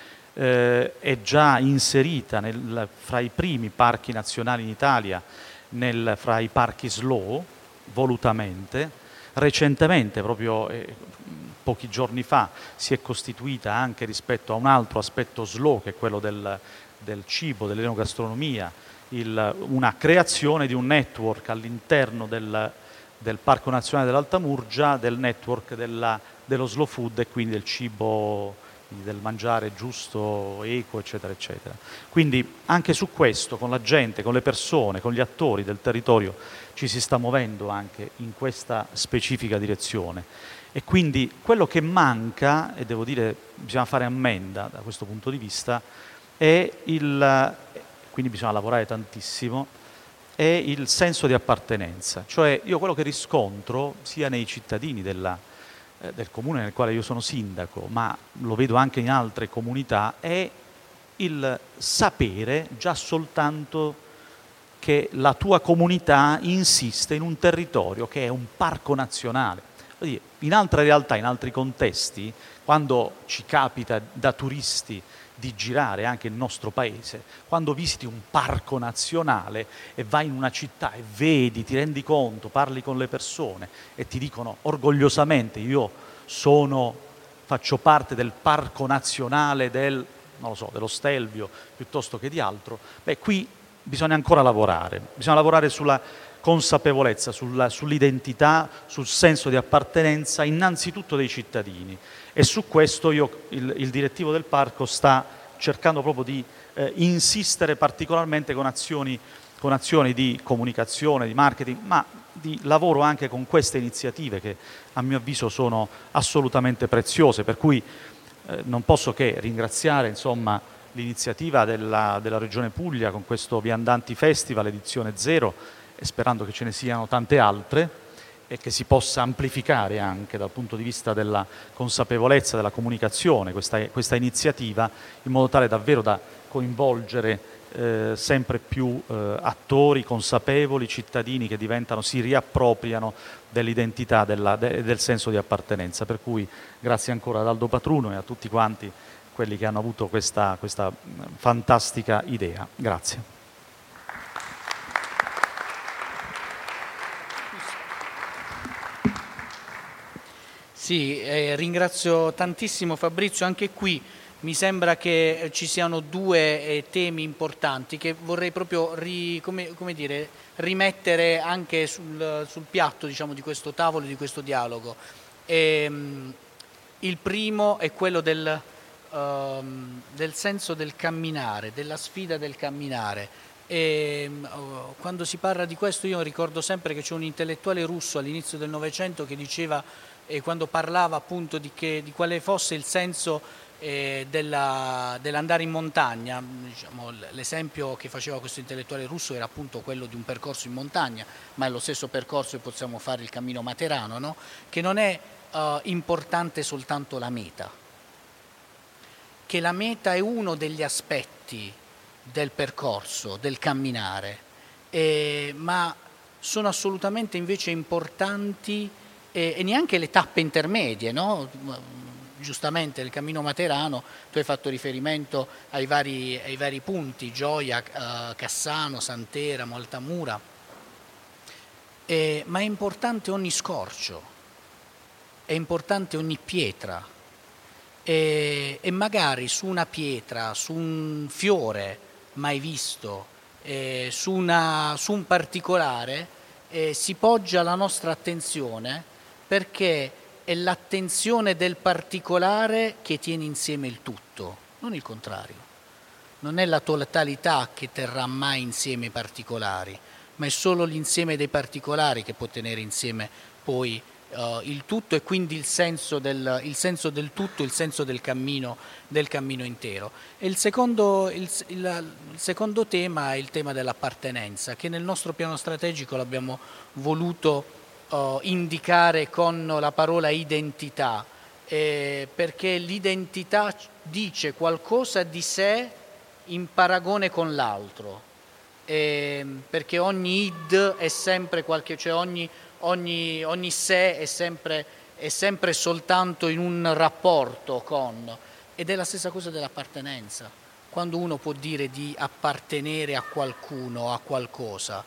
è già inserita fra i primi parchi nazionali in Italia, fra i parchi slow, volutamente. Recentemente, proprio pochi giorni fa, si è costituita anche rispetto a un altro aspetto slow, che è quello del cibo, dell'enogastronomia, una creazione di un network all'interno del Parco Nazionale dell'Alta Murgia, del network dello slow food e quindi del cibo, del mangiare giusto, equo, eccetera, eccetera. Quindi anche su questo, con la gente, con le persone, con gli attori del territorio, ci si sta muovendo anche in questa specifica direzione. E quindi quello che manca, e devo dire bisogna fare ammenda da questo punto di vista, quindi bisogna lavorare tantissimo, è il senso di appartenenza. Cioè io quello che riscontro sia nei cittadini del comune nel quale io sono sindaco, ma lo vedo anche in altre comunità, è il sapere già soltanto che la tua comunità insiste in un territorio che è un parco nazionale. In altre realtà, in altri contesti, quando ci capita da turisti di girare anche il nostro paese, quando visiti un parco nazionale e vai in una città e vedi, ti rendi conto, parli con le persone e ti dicono orgogliosamente: io faccio parte del parco nazionale dello Stelvio piuttosto che di altro, qui bisogna ancora lavorare sulla consapevolezza, sull'identità, sul senso di appartenenza innanzitutto dei cittadini, e su questo il direttivo del parco sta cercando proprio di insistere particolarmente con azioni di comunicazione, di marketing, ma di lavoro anche con queste iniziative che a mio avviso sono assolutamente preziose, per cui non posso che ringraziare insomma l'iniziativa della Regione Puglia con questo Viandanti Festival edizione 0, e sperando che ce ne siano tante altre e che si possa amplificare anche dal punto di vista della consapevolezza, della comunicazione questa iniziativa, in modo tale davvero da coinvolgere sempre più attori consapevoli, cittadini che si riappropriano dell'identità, del senso di appartenenza. Per cui grazie ancora ad Aldo Patruno e a tutti quanti quelli che hanno avuto questa fantastica idea. Grazie. Sì, ringrazio tantissimo Fabrizio, anche qui mi sembra che ci siano due temi importanti che vorrei proprio rimettere anche sul piatto, diciamo, di questo tavolo, di questo dialogo. Il primo è quello del senso del camminare, della sfida del camminare. Quando si parla di questo io ricordo sempre che c'è un intellettuale russo all'inizio del Novecento che diceva, quando parlava appunto di quale fosse il senso dell'andare in montagna, diciamo, l'esempio che faceva questo intellettuale russo era appunto quello di un percorso in montagna, ma è lo stesso percorso che possiamo fare il cammino materano, no? Che non è importante soltanto la meta, che la meta è uno degli aspetti del percorso, del camminare, ma sono assolutamente invece importanti e neanche le tappe intermedie, no? Giustamente il cammino materano, tu hai fatto riferimento ai vari punti, Gioia, Cassano, Santeramo, Altamura, ma è importante ogni scorcio, è importante ogni pietra, e magari su una pietra, su un fiore mai visto, su un particolare, si poggia la nostra attenzione, perché è l'attenzione del particolare che tiene insieme il tutto, non il contrario. Non è la totalità che terrà mai insieme i particolari, ma è solo l'insieme dei particolari che può tenere insieme poi il tutto, e quindi il senso del tutto, il senso del cammino intero. E il secondo tema è il tema dell'appartenenza, che nel nostro piano strategico l'abbiamo voluto indicare con la parola identità, perché l'identità dice qualcosa di sé in paragone con l'altro, perché ogni id è sempre cioè ogni sé è sempre soltanto in un rapporto con, ed è la stessa cosa dell'appartenenza. Quando uno può dire di appartenere a qualcuno, a qualcosa,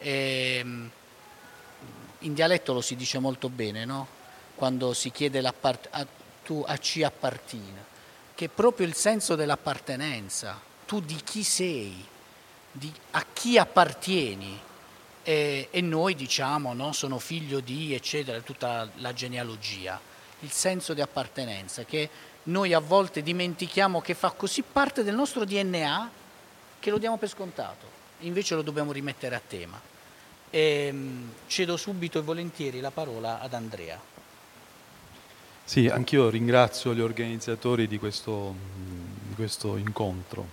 in dialetto lo si dice molto bene, no? Quando si chiede tu a chi appartieni, che è proprio il senso dell'appartenenza, tu di chi sei, a chi appartieni, e noi diciamo, no? Sono figlio di, eccetera, tutta la genealogia, il senso di appartenenza che noi a volte dimentichiamo, che fa così parte del nostro DNA che lo diamo per scontato, invece lo dobbiamo rimettere a tema. Cedo subito e volentieri la parola ad Andrea. Sì, anch'io ringrazio gli organizzatori di questo incontro.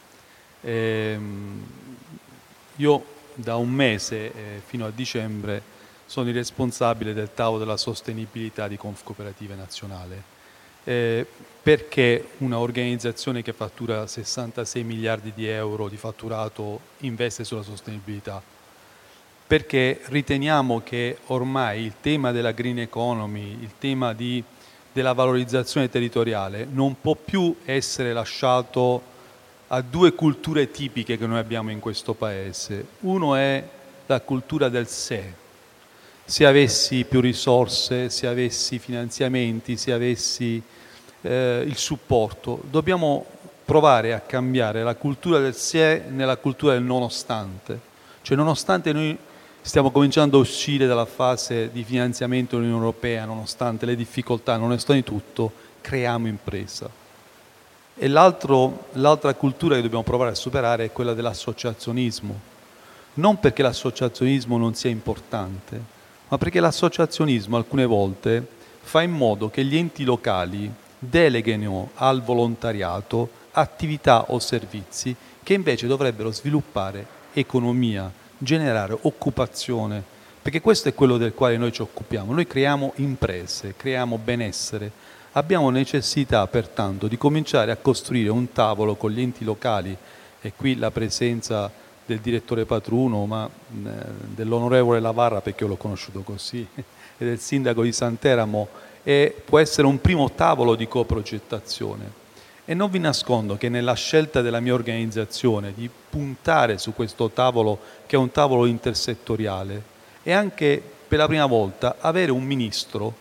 Io da un mese fino a dicembre sono il responsabile del tavolo della sostenibilità di Confcooperative Nazionale, perché una organizzazione che fattura 66 miliardi di euro di fatturato investe sulla sostenibilità? Perché riteniamo che ormai il tema della green economy, il tema della valorizzazione territoriale non può più essere lasciato a due culture tipiche che noi abbiamo in questo Paese. Uno è la cultura del sé. Se avessi più risorse, se avessi finanziamenti, se avessi il supporto, dobbiamo provare a cambiare la cultura del sé nella cultura del nonostante. Cioè, nonostante noi stiamo cominciando a uscire dalla fase di finanziamento dell'Unione Europea, nonostante le difficoltà, nonostante tutto, creiamo impresa. E l'altra cultura che dobbiamo provare a superare è quella dell'associazionismo. Non perché l'associazionismo non sia importante, ma perché l'associazionismo alcune volte fa in modo che gli enti locali deleghino al volontariato attività o servizi che invece dovrebbero sviluppare economia, generare occupazione, perché questo è quello del quale noi ci occupiamo. Noi creiamo imprese, creiamo benessere. Abbiamo necessità pertanto di cominciare a costruire un tavolo con gli enti locali, e qui la presenza del direttore Patruno, ma dell'onorevole Lavarra, perché io l'ho conosciuto così, e del sindaco di Santeramo, può essere un primo tavolo di coprogettazione. E non vi nascondo che nella scelta della mia organizzazione di puntare su questo tavolo, che è un tavolo intersettoriale, e anche per la prima volta avere un ministro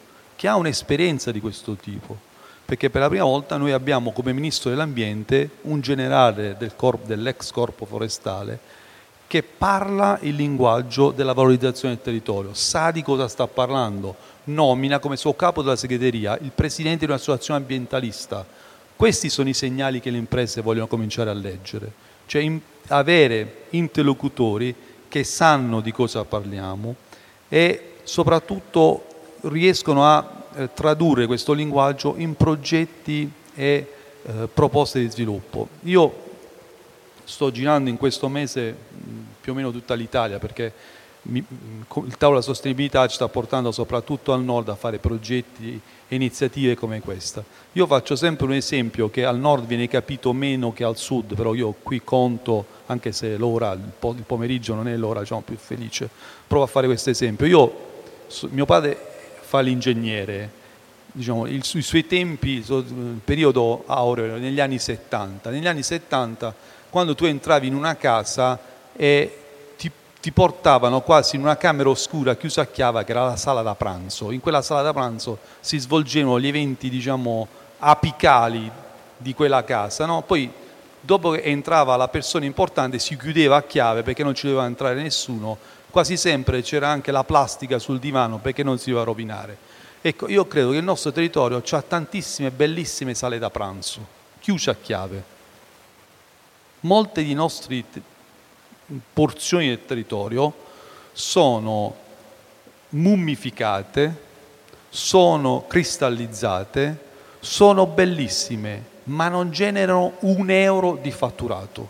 che ha un'esperienza di questo tipo, perché per la prima volta noi abbiamo come Ministro dell'Ambiente un generale dell'ex Corpo Forestale che parla il linguaggio della valorizzazione del territorio, sa di cosa sta parlando, nomina come suo capo della segreteria il presidente di un'associazione ambientalista. Questi sono i segnali che le imprese vogliono cominciare a leggere, cioè avere interlocutori che sanno di cosa parliamo e soprattutto riescono a tradurre questo linguaggio in progetti e proposte di sviluppo. Io sto girando in questo mese più o meno tutta l'Italia perché il tavolo della sostenibilità ci sta portando soprattutto al nord a fare progetti e iniziative come questa. Io faccio sempre un esempio che al nord viene capito meno che al sud, però io qui conto, anche se l'ora, il pomeriggio non è l'ora, diciamo, più felice, provo a fare questo esempio. Mio padre fa l'ingegnere, diciamo, i suoi tempi, il periodo aureo negli anni 70. Negli anni 70, quando tu entravi in una casa e ti portavano quasi in una camera oscura chiusa a chiave che era la sala da pranzo. In quella sala da pranzo si svolgevano gli eventi, diciamo, apicali di quella casa, no? Poi dopo che entrava la persona importante si chiudeva a chiave perché non ci doveva entrare nessuno. Quasi sempre c'era anche la plastica sul divano perché non si doveva rovinare. Ecco, io credo che il nostro territorio ha tantissime bellissime sale da pranzo, chiuse a chiave. Molte di nostre porzioni del territorio sono mummificate, sono cristallizzate, sono bellissime, ma non generano un euro di fatturato.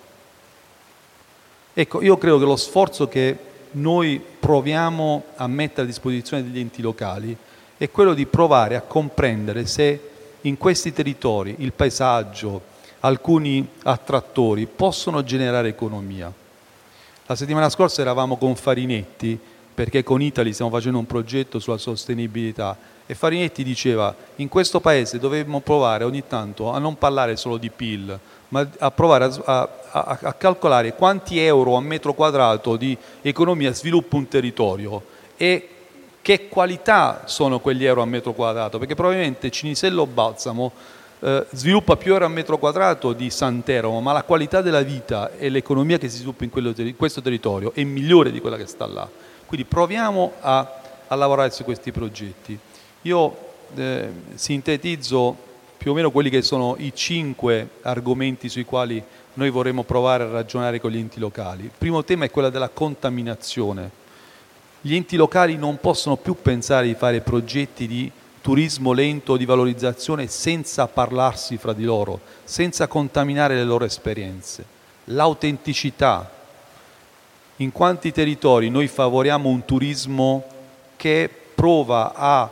Ecco, io credo che lo sforzo che noi proviamo a mettere a disposizione degli enti locali è quello di provare a comprendere se in questi territori il paesaggio, alcuni attrattori possono generare economia. La settimana scorsa eravamo con Farinetti, perché con Italy stiamo facendo un progetto sulla sostenibilità, e Farinetti diceva: in questo paese dovremmo provare ogni tanto a non parlare solo di PIL, ma a provare a calcolare quanti euro a metro quadrato di economia sviluppa un territorio e che qualità sono quegli euro a metro quadrato, perché probabilmente Cinisello Balsamo sviluppa più euro a metro quadrato di Sant'Eramo, ma la qualità della vita e l'economia che si sviluppa in questo territorio è migliore di quella che sta là. Quindi proviamo a lavorare su questi progetti. Io sintetizzo più o meno quelli che sono i 5 argomenti sui quali noi vorremmo provare a ragionare con gli enti locali. Il primo tema è quello della contaminazione. Gli enti locali non possono più pensare di fare progetti di turismo lento, di valorizzazione, senza parlarsi fra di loro, senza contaminare le loro esperienze. L'autenticità. In quanti territori noi favoriamo un turismo che prova a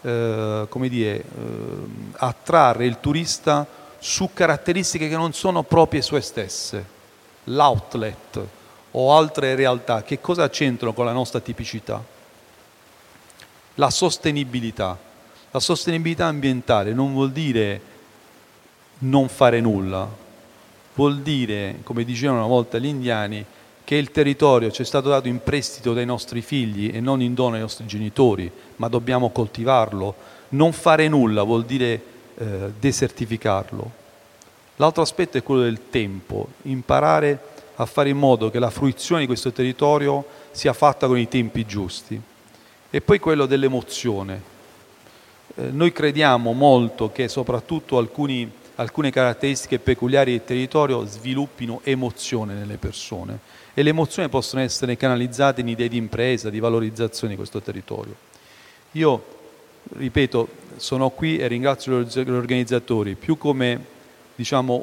attrarre il turista su caratteristiche che non sono proprie sue stesse, l'outlet o altre realtà, che cosa c'entrano con la nostra tipicità? La sostenibilità. La sostenibilità ambientale non vuol dire non fare nulla, vuol dire, come dicevano una volta gli indiani, che il territorio ci è stato dato in prestito dai nostri figli e non in dono ai nostri genitori, ma dobbiamo coltivarlo. Non fare nulla vuol dire desertificarlo. L'altro aspetto è quello del tempo, imparare a fare in modo che la fruizione di questo territorio sia fatta con i tempi giusti. E poi quello dell'emozione. Noi crediamo molto che soprattutto alcune caratteristiche peculiari del territorio sviluppino emozione nelle persone e le emozioni possono essere canalizzate in idee di impresa, di valorizzazione di questo territorio. Io, ripeto, sono qui e ringrazio gli organizzatori più come, diciamo,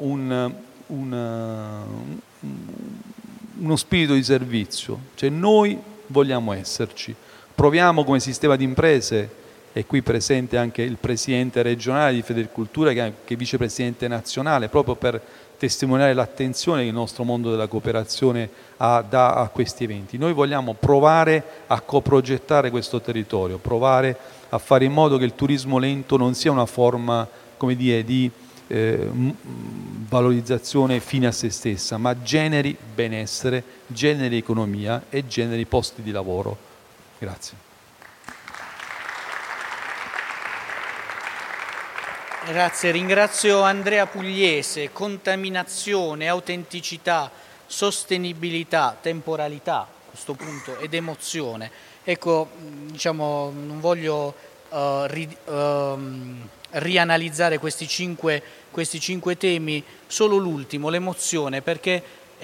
uno spirito di servizio, cioè noi vogliamo esserci, proviamo come sistema di imprese. È qui presente anche il presidente regionale di Federcultura, che è vicepresidente nazionale, proprio per testimoniare l'attenzione che il nostro mondo della cooperazione dà a questi eventi. Noi vogliamo provare a coprogettare questo territorio, provare a fare in modo che il turismo lento non sia una forma, come dire, di valorizzazione fine a se stessa, ma generi benessere, generi economia e generi posti di lavoro. Grazie. Grazie, ringrazio Andrea Pugliese. Contaminazione, autenticità, sostenibilità, temporalità a questo punto ed emozione. Ecco, diciamo, non voglio rianalizzare questi cinque temi, solo l'ultimo, l'emozione, perché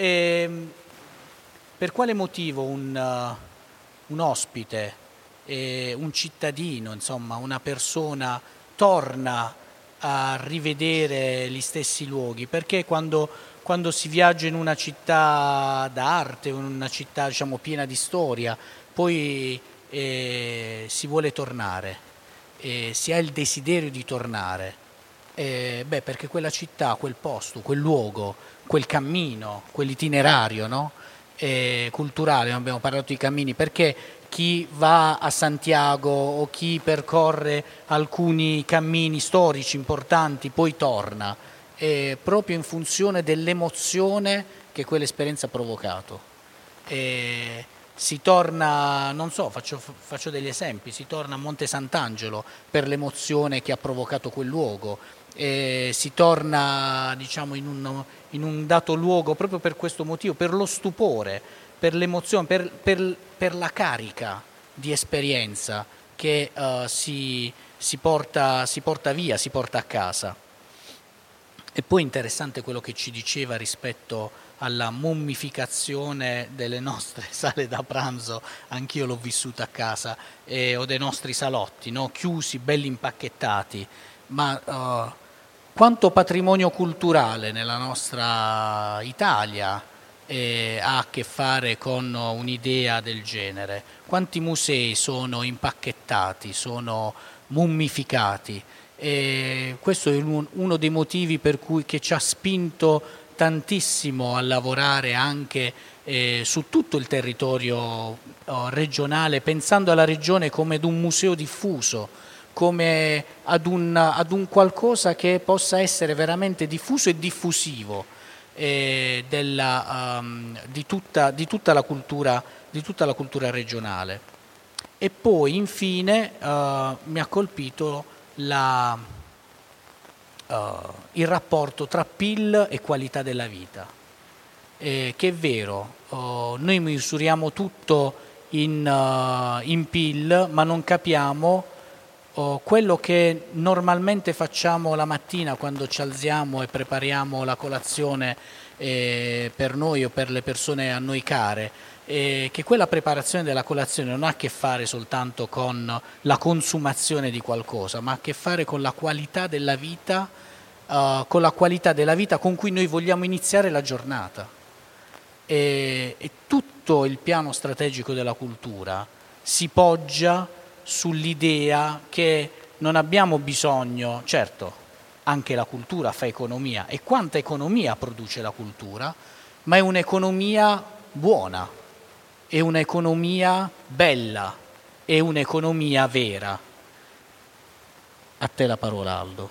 per quale motivo un ospite, un cittadino, insomma una persona torna a rivedere gli stessi luoghi? Perché quando si viaggia in una città d'arte, in una città, diciamo, piena di storia, poi si vuole tornare, si ha il desiderio di tornare, perché quella città, quel posto, quel luogo, quel cammino, quell'itinerario, no? Culturale, abbiamo parlato di cammini, perché chi va a Santiago o chi percorre alcuni cammini storici importanti poi torna, proprio in funzione dell'emozione che quell'esperienza ha provocato. Si torna, non so, faccio degli esempi, si torna a Monte Sant'Angelo per l'emozione che ha provocato quel luogo, si torna, diciamo, in un dato luogo proprio per questo motivo, per lo stupore, per l'emozione, per la carica di esperienza che si porta via, si porta a casa. E poi interessante quello che ci diceva rispetto alla mummificazione delle nostre sale da pranzo. Anch'io l'ho vissuta a casa, o dei nostri salotti, no? Chiusi, belli impacchettati, ma quanto patrimonio culturale nella nostra Italia ha a che fare con un'idea del genere? Quanti musei sono impacchettati, sono mummificati? E questo è uno dei motivi per cui che ci ha spinto tantissimo a lavorare anche su tutto il territorio regionale, pensando alla regione come ad un museo diffuso, come ad un qualcosa che possa essere veramente diffuso e diffusivo di tutta la cultura regionale. E poi infine mi ha colpito il rapporto tra PIL e qualità della vita, che è vero, noi misuriamo tutto in PIL, ma non capiamo quello che normalmente facciamo la mattina quando ci alziamo e prepariamo la colazione per noi o per le persone a noi care, che quella preparazione della colazione non ha a che fare soltanto con la consumazione di qualcosa, ma ha a che fare con la qualità della vita, con cui noi vogliamo iniziare la giornata. E tutto il piano strategico della cultura si poggia sull'idea che non abbiamo bisogno, certo, anche la cultura fa economia, e quanta economia produce la cultura, ma è un'economia buona, è un'economia bella, è un'economia vera. A te la parola, Aldo.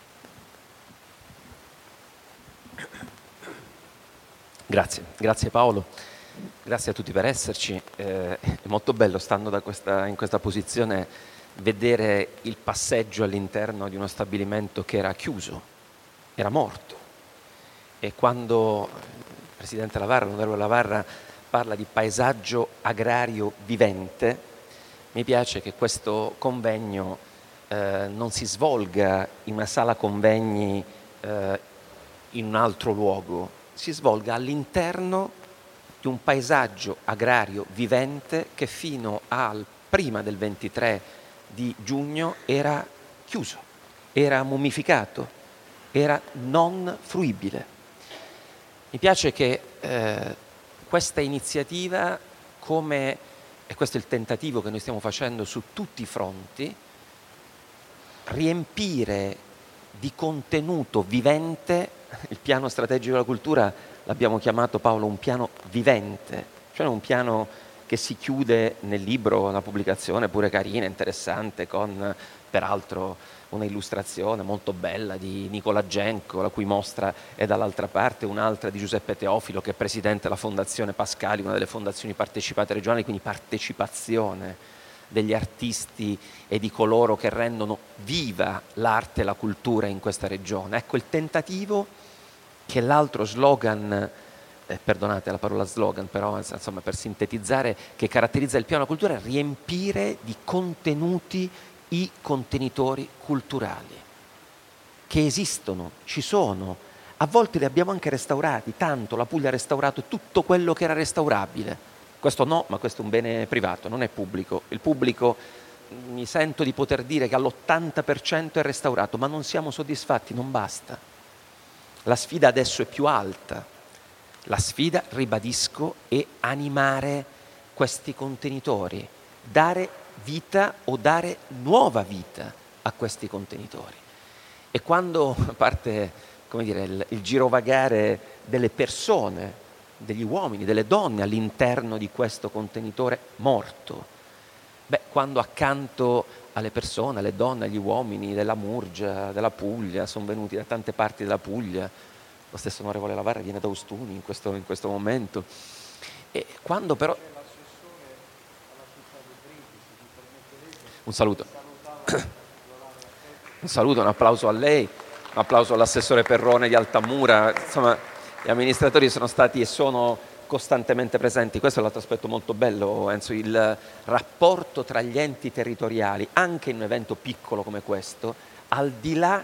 Grazie Paolo, grazie a tutti per esserci. È molto bello, stando in questa posizione, vedere il passeggio all'interno di uno stabilimento che era chiuso, era morto. E quando il Presidente Lavarra, l'onorevole Lavarra, parla di paesaggio agrario vivente, mi piace che questo convegno non si svolga in una sala convegni in un altro luogo, si svolga all'interno di un paesaggio agrario vivente che fino al prima del 23 di giugno era chiuso, era mummificato, era non fruibile. Mi piace che questa iniziativa, e questo è il tentativo che noi stiamo facendo su tutti i fronti, riempire di contenuto vivente il piano strategico della cultura. L'abbiamo chiamato, Paolo, un piano vivente, cioè un piano che si chiude nel libro, una pubblicazione pure carina, interessante, con peraltro una illustrazione molto bella di Nicola Genco, la cui mostra è dall'altra parte, un'altra di Giuseppe Teofilo, che è presidente della Fondazione Pascali, una delle fondazioni partecipate regionali, quindi partecipazione degli artisti e di coloro che rendono viva l'arte e la cultura in questa regione. Ecco il tentativo che l'altro slogan, perdonate la parola slogan, però insomma, per sintetizzare, che caratterizza il piano della cultura è riempire di contenuti i contenitori culturali che esistono, ci sono, a volte li abbiamo anche restaurati, tanto la Puglia ha restaurato tutto quello che era restaurabile. Questo no, ma questo è un bene privato, non è pubblico. Il pubblico, mi sento di poter dire che all'80% è restaurato, ma non siamo soddisfatti, non basta. La sfida adesso è più alta. La sfida, ribadisco, è animare questi contenitori, dare vita o dare nuova vita a questi contenitori. E quando parte, come dire, il girovagare delle persone, degli uomini, delle donne all'interno di questo contenitore morto, quando accanto alle persone, alle donne, agli uomini della Murgia, della Puglia, sono venuti da tante parti della Puglia, lo stesso onorevole Lavarra viene da Ostuni in questo momento, e quando però... Un saluto. Un saluto, un applauso a lei, un applauso all'assessore Perrone di Altamura. Insomma, gli amministratori sono stati e sono costantemente presenti. Questo è l'altro aspetto molto bello, Enzo, il rapporto tra gli enti territoriali, anche in un evento piccolo come questo, al di là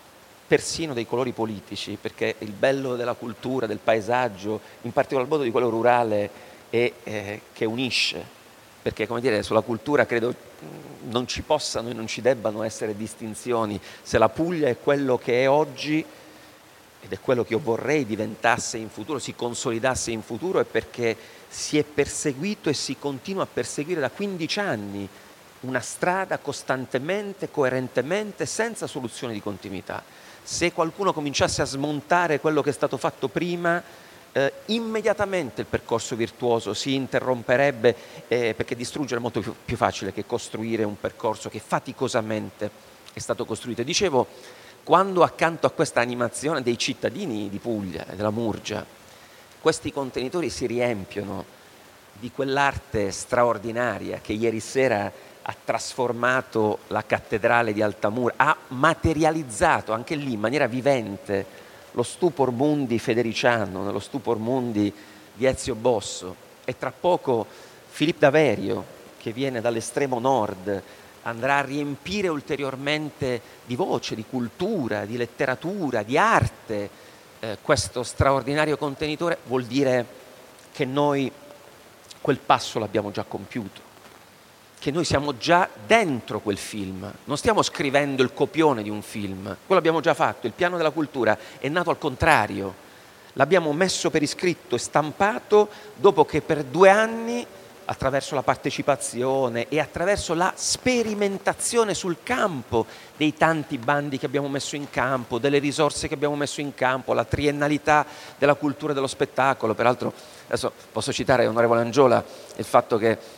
persino dei colori politici, perché il bello della cultura, del paesaggio, in particolar modo di quello rurale, è che unisce. Perché, come dire, sulla cultura credo non ci possano e non ci debbano essere distinzioni. Se la Puglia è quello che è oggi, ed è quello che io vorrei diventasse in futuro, si consolidasse in futuro, è perché si è perseguito e si continua a perseguire da 15 anni una strada costantemente, coerentemente, senza soluzione di continuità. Se qualcuno cominciasse a smontare quello che è stato fatto prima, immediatamente il percorso virtuoso si interromperebbe, perché distruggere è molto più facile che costruire un percorso che faticosamente è stato costruito. Dicevo, quando accanto a questa animazione dei cittadini di Puglia e della Murgia, questi contenitori si riempiono di quell'arte straordinaria che ieri sera ha trasformato la cattedrale di Altamura, ha materializzato anche lì in maniera vivente lo stupor mundi federiciano, nello stupor mundi di Ezio Bosso, e tra poco Filippo Daverio, che viene dall'estremo nord, andrà a riempire ulteriormente di voce, di cultura, di letteratura, di arte questo straordinario contenitore. Vuol dire che noi quel passo l'abbiamo già compiuto, che noi siamo già dentro quel film, non stiamo scrivendo il copione di un film, quello abbiamo già fatto. Il piano della cultura è nato al contrario, l'abbiamo messo per iscritto e stampato dopo che per 2 anni, attraverso la partecipazione e attraverso la sperimentazione sul campo dei tanti bandi che abbiamo messo in campo, delle risorse che abbiamo messo in campo, la triennalità della cultura e dello spettacolo. Peraltro adesso posso citare, onorevole Angiola, il fatto che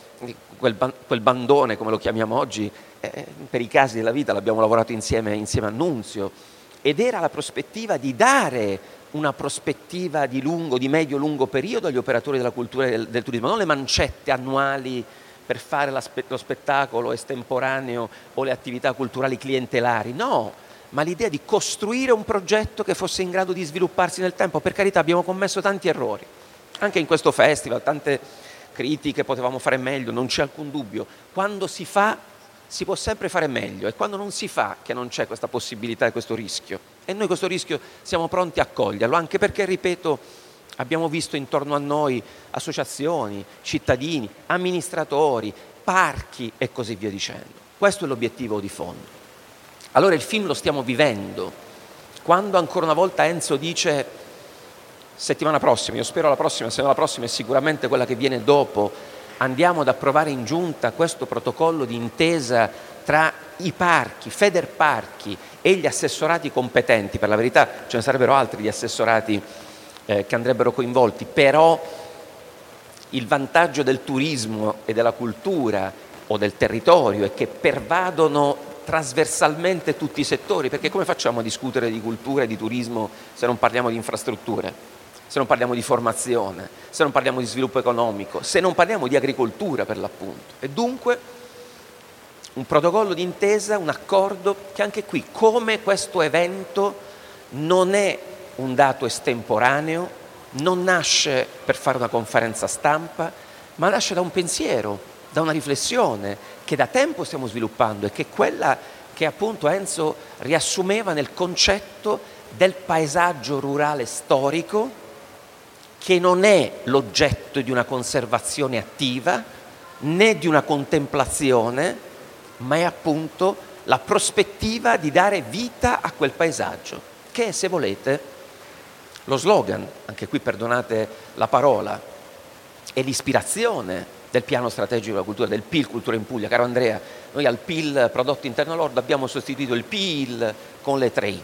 quel bandone, come lo chiamiamo oggi, per i casi della vita l'abbiamo lavorato insieme a Nunzio, ed era la prospettiva di dare una prospettiva di medio-lungo periodo agli operatori della cultura e del turismo, non le mancette annuali per fare lo spettacolo estemporaneo o le attività culturali clientelari, no, ma l'idea di costruire un progetto che fosse in grado di svilupparsi nel tempo. Per carità, abbiamo commesso tanti errori, anche in questo festival, tante critiche, potevamo fare meglio, non c'è alcun dubbio. Quando si fa, si può sempre fare meglio, e quando non si fa, che non c'è questa possibilità e questo rischio. E noi questo rischio siamo pronti a coglierlo, anche perché, ripeto, abbiamo visto intorno a noi associazioni, cittadini, amministratori, parchi e così via dicendo. Questo è l'obiettivo di fondo. Allora il film lo stiamo vivendo. Quando ancora una volta Enzo dice settimana prossima, io spero la prossima, se no la prossima è sicuramente quella che viene dopo, andiamo ad approvare in giunta questo protocollo di intesa tra i parchi, Federparchi e gli assessorati competenti. Per la verità ce ne sarebbero altri di assessorati che andrebbero coinvolti, però il vantaggio del turismo e della cultura o del territorio è che pervadono trasversalmente tutti i settori, perché come facciamo a discutere di cultura e di turismo se non parliamo di infrastrutture, se non parliamo di formazione, se non parliamo di sviluppo economico, se non parliamo di agricoltura per l'appunto? E dunque un protocollo d'intesa, un accordo che anche qui, come questo evento, non è un dato estemporaneo, non nasce per fare una conferenza stampa, ma nasce da un pensiero, da una riflessione che da tempo stiamo sviluppando e che è quella che appunto Enzo riassumeva nel concetto del paesaggio rurale storico, che non è l'oggetto di una conservazione attiva né di una contemplazione, ma è appunto la prospettiva di dare vita a quel paesaggio, che è, se volete, lo slogan, anche qui perdonate la parola, è l'ispirazione del piano strategico della cultura, del PIL Cultura in Puglia. Caro Andrea, noi al PIL prodotto interno lordo abbiamo sostituito il PIL con le 3I.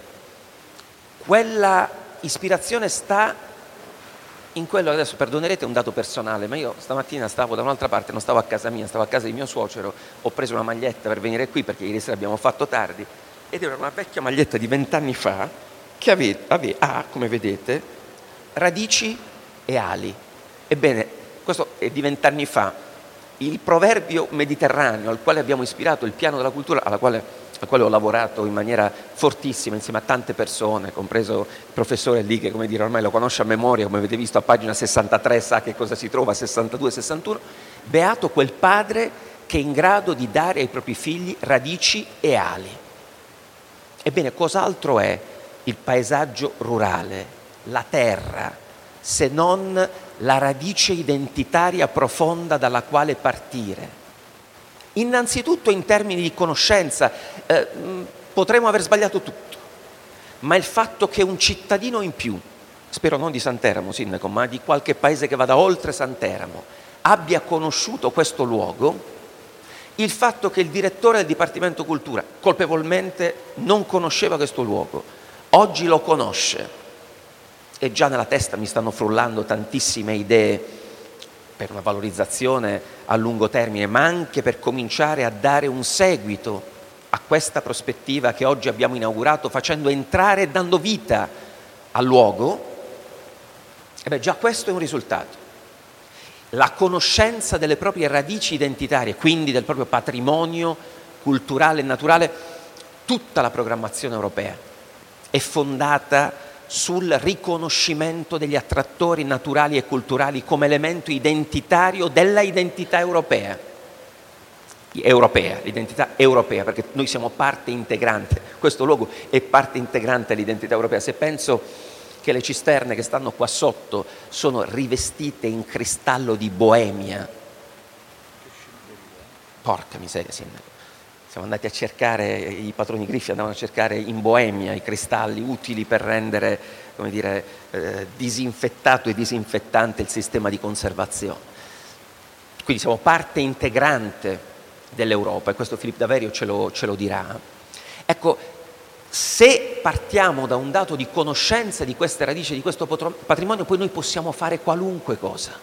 Quella ispirazione sta in quello, adesso perdonerete un dato personale, ma io stamattina stavo da un'altra parte, non stavo a casa mia, stavo a casa di mio suocero, ho preso una maglietta per venire qui perché ieri sera abbiamo fatto tardi, ed era una vecchia maglietta di 20 anni fa che ha, come vedete, radici e ali. Ebbene, questo è di 20 anni fa. Il proverbio mediterraneo al quale abbiamo ispirato il piano della cultura, al quale ho lavorato in maniera fortissima insieme a tante persone, compreso il professore lì che, come dire, ormai lo conosce a memoria, come avete visto a pagina 63 sa che cosa si trova, 62, 61, beato quel padre che è in grado di dare ai propri figli radici e ali. Ebbene, cos'altro è il paesaggio rurale, la terra, se non la radice identitaria profonda dalla quale partire? Innanzitutto in termini di conoscenza, potremmo aver sbagliato tutto, ma il fatto che un cittadino in più, spero non di Santeramo, sindaco, ma di qualche paese che vada oltre Santeramo, abbia conosciuto questo luogo, il fatto che il direttore del Dipartimento Cultura colpevolmente non conosceva questo luogo, oggi lo conosce, e già nella testa mi stanno frullando tantissime idee per una valorizzazione a lungo termine, ma anche per cominciare a dare un seguito a questa prospettiva che oggi abbiamo inaugurato, facendo entrare e dando vita al luogo. E già questo è un risultato. La conoscenza delle proprie radici identitarie, quindi del proprio patrimonio culturale e naturale. Tutta la programmazione europea è fondata sul riconoscimento degli attrattori naturali e culturali come elemento identitario della identità europea, l'identità europea, perché noi siamo parte integrante, questo luogo è parte integrante dell'identità europea. Se penso che le cisterne che stanno qua sotto sono rivestite in cristallo di Boemia, porca miseria, sindaco. Siamo andati a cercare, i patroni Griffi andavano a cercare in Boemia i cristalli utili per rendere, come dire, disinfettato e disinfettante il sistema di conservazione. Quindi siamo parte integrante dell'Europa, e questo Filippo Daverio ce lo dirà. Ecco, se partiamo da un dato di conoscenza di queste radici, di questo patrimonio, poi noi possiamo fare qualunque cosa.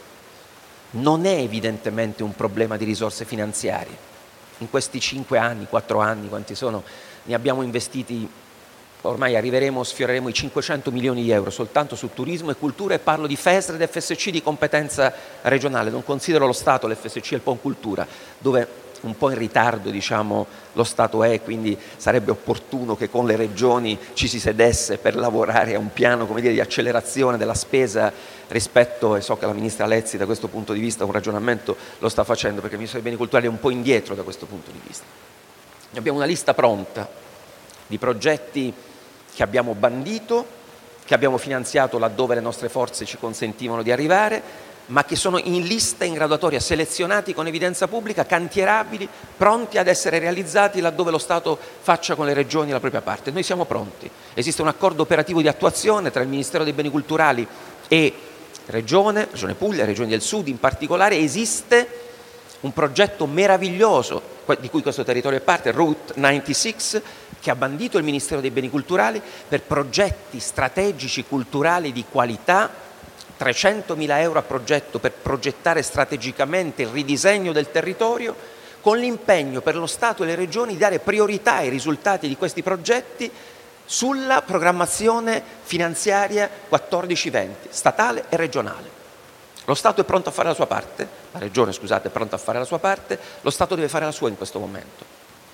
Non è evidentemente un problema di risorse finanziarie. In questi 5 anni, 4 anni, quanti sono, ne abbiamo investiti, ormai sfioreremo i 500 milioni di euro soltanto su turismo e cultura, e parlo di FESR ed FSC di competenza regionale, non considero lo Stato, l'FSC e il PON Cultura, dove un po' in ritardo, diciamo, lo Stato è, quindi sarebbe opportuno che con le regioni ci si sedesse per lavorare a un piano, come dire, di accelerazione della spesa rispetto, e so che la ministra Lezzi da questo punto di vista un ragionamento lo sta facendo, perché il Ministro dei Beni Culturali è un po' indietro da questo punto di vista. Abbiamo una lista pronta di progetti che abbiamo bandito, che abbiamo finanziato laddove le nostre forze ci consentivano di arrivare, ma che sono in lista, in graduatoria, selezionati con evidenza pubblica, cantierabili, pronti ad essere realizzati laddove lo Stato faccia con le regioni la propria parte. Noi siamo pronti. Esiste un accordo operativo di attuazione tra il Ministero dei Beni Culturali e Regione Puglia, Regioni del Sud in particolare. Esiste un progetto meraviglioso di cui questo territorio è parte, Route 96, che ha bandito il Ministero dei Beni Culturali per progetti strategici culturali di qualità, 300.000 euro a progetto per progettare strategicamente il ridisegno del territorio, con l'impegno per lo Stato e le Regioni di dare priorità ai risultati di questi progetti sulla programmazione finanziaria 14-20, statale e regionale. Lo Stato è pronto a fare la sua parte, la Regione, scusate, è pronta a fare la sua parte, lo Stato deve fare la sua in questo momento.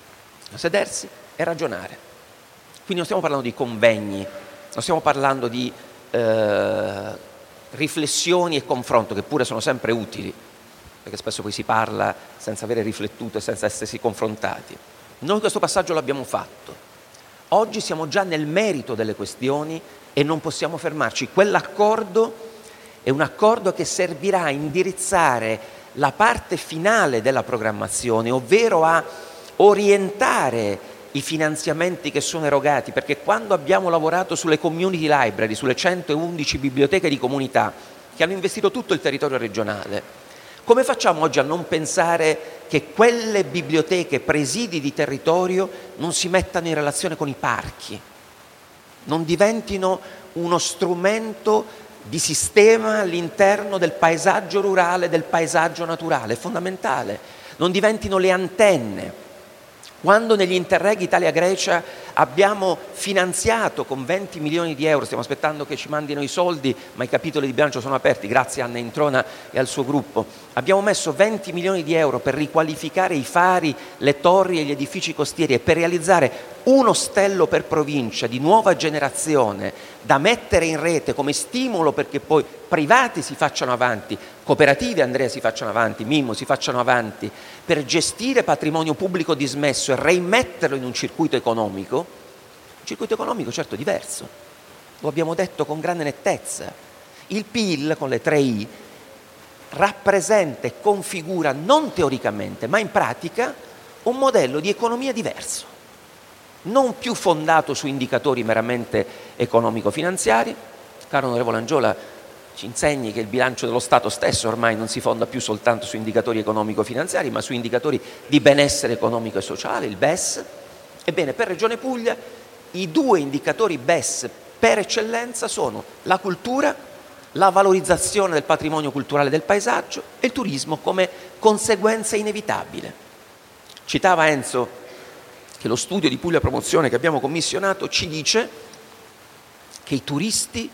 sedersi e ragionare. Quindi non stiamo parlando di convegni, non stiamo parlando di riflessioni e confronto, che pure sono sempre utili, perché spesso poi si parla senza avere riflettuto e senza essersi confrontati. Noi questo passaggio l'abbiamo fatto. Oggi siamo già nel merito delle questioni e non possiamo fermarci. Quell'accordo è un accordo che servirà a indirizzare la parte finale della programmazione, ovvero a orientare i finanziamenti che sono erogati, perché quando abbiamo lavorato sulle community library, sulle 111 biblioteche di comunità che hanno investito tutto il territorio regionale, come facciamo oggi a non pensare che quelle biblioteche, presidi di territorio, non si mettano in relazione con i parchi, non diventino uno strumento di sistema all'interno del paesaggio rurale, del paesaggio naturale? È fondamentale. Non diventino le antenne. Quando negli Interreg Italia-Grecia abbiamo finanziato con 20 milioni di euro, stiamo aspettando che ci mandino i soldi, ma i capitoli di bilancio sono aperti, grazie a Anna Introna e al suo gruppo, abbiamo messo 20 milioni di euro per riqualificare i fari, le torri e gli edifici costieri e per realizzare uno ostello per provincia di nuova generazione da mettere in rete come stimolo perché poi privati si facciano avanti, cooperative, Andrea, si facciano avanti, Mimmo, si facciano avanti, per gestire patrimonio pubblico dismesso e reimmetterlo in un circuito economico certo diverso, lo abbiamo detto con grande nettezza. Il PIL con le 3 I rappresenta e configura non teoricamente ma in pratica un modello di economia diverso, non più fondato su indicatori meramente economico-finanziari. Caro onorevole Angiola, ci insegni che il bilancio dello Stato stesso ormai non si fonda più soltanto su indicatori economico-finanziari, ma su indicatori di benessere economico e sociale, il BES. Ebbene, per Regione Puglia i 2 indicatori BES per eccellenza sono la cultura, la valorizzazione del patrimonio culturale del paesaggio e il turismo come conseguenza inevitabile. Citava Enzo che lo studio di Puglia Promozione che abbiamo commissionato ci dice che i turisti,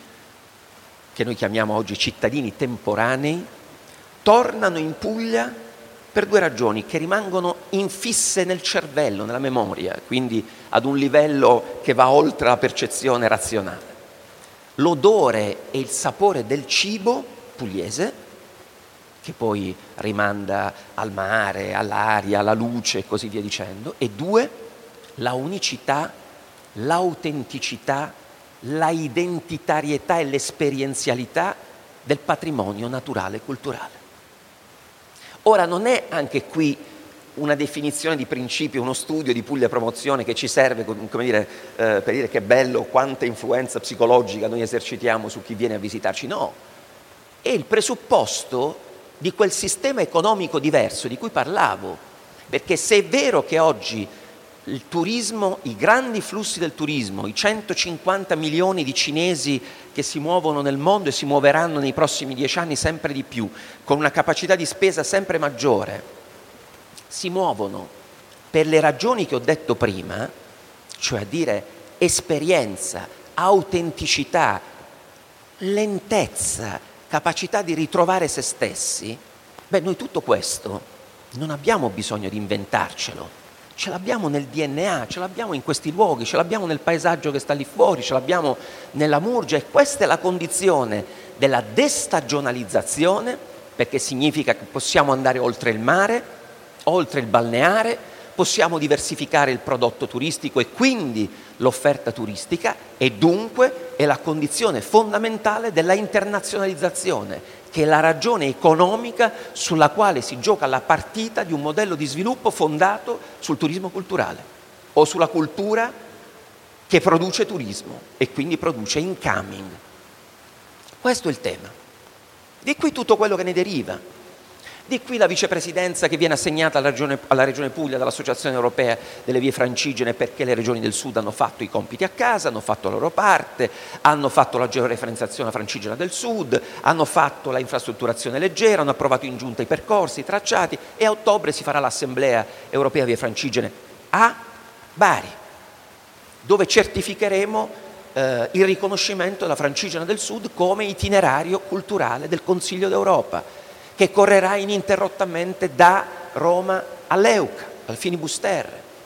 che noi chiamiamo oggi cittadini temporanei, tornano in Puglia per 2 ragioni che rimangono infisse nel cervello, nella memoria, quindi ad un livello che va oltre la percezione razionale. L'odore e il sapore del cibo pugliese, che poi rimanda al mare, all'aria, alla luce e così via dicendo, e 2, la unicità, l'autenticità, la identitarietà e l'esperienzialità del patrimonio naturale e culturale. Ora, non è anche qui una definizione di principio, uno studio di Puglia Promozione che ci serve come dire, per dire che bello, quanta influenza psicologica noi esercitiamo su chi viene a visitarci. No, è il presupposto di quel sistema economico diverso di cui parlavo, perché se è vero che oggi il turismo, i grandi flussi del turismo, i 150 milioni di cinesi che si muovono nel mondo e si muoveranno nei prossimi 10 anni sempre di più, con una capacità di spesa sempre maggiore, si muovono per le ragioni che ho detto prima, cioè a dire esperienza, autenticità, lentezza, capacità di ritrovare se stessi. Beh, noi tutto questo non abbiamo bisogno di inventarcelo. Ce l'abbiamo nel DNA, ce l'abbiamo in questi luoghi, ce l'abbiamo nel paesaggio che sta lì fuori, ce l'abbiamo nella Murgia, e questa è la condizione della destagionalizzazione, perché significa che possiamo andare oltre il mare, oltre il balneare, possiamo diversificare il prodotto turistico e quindi l'offerta turistica, e dunque è la condizione fondamentale della internazionalizzazione, che è la ragione economica sulla quale si gioca la partita di un modello di sviluppo fondato sul turismo culturale o sulla cultura che produce turismo e quindi produce incoming. Questo è il tema. Di qui tutto quello che ne deriva. Di qui la vicepresidenza che viene assegnata alla Regione Puglia dall'Associazione Europea delle Vie Francigene, perché le regioni del Sud hanno fatto i compiti a casa, hanno fatto la loro parte, hanno fatto la georeferenziazione francigena del Sud, hanno fatto la infrastrutturazione leggera, hanno approvato in giunta i percorsi, i tracciati, e a ottobre si farà l'Assemblea Europea Vie Francigene a Bari, dove certificheremo il riconoscimento della Francigena del Sud come itinerario culturale del Consiglio d'Europa, che correrà ininterrottamente da Roma all'Euca, al Finibusterre.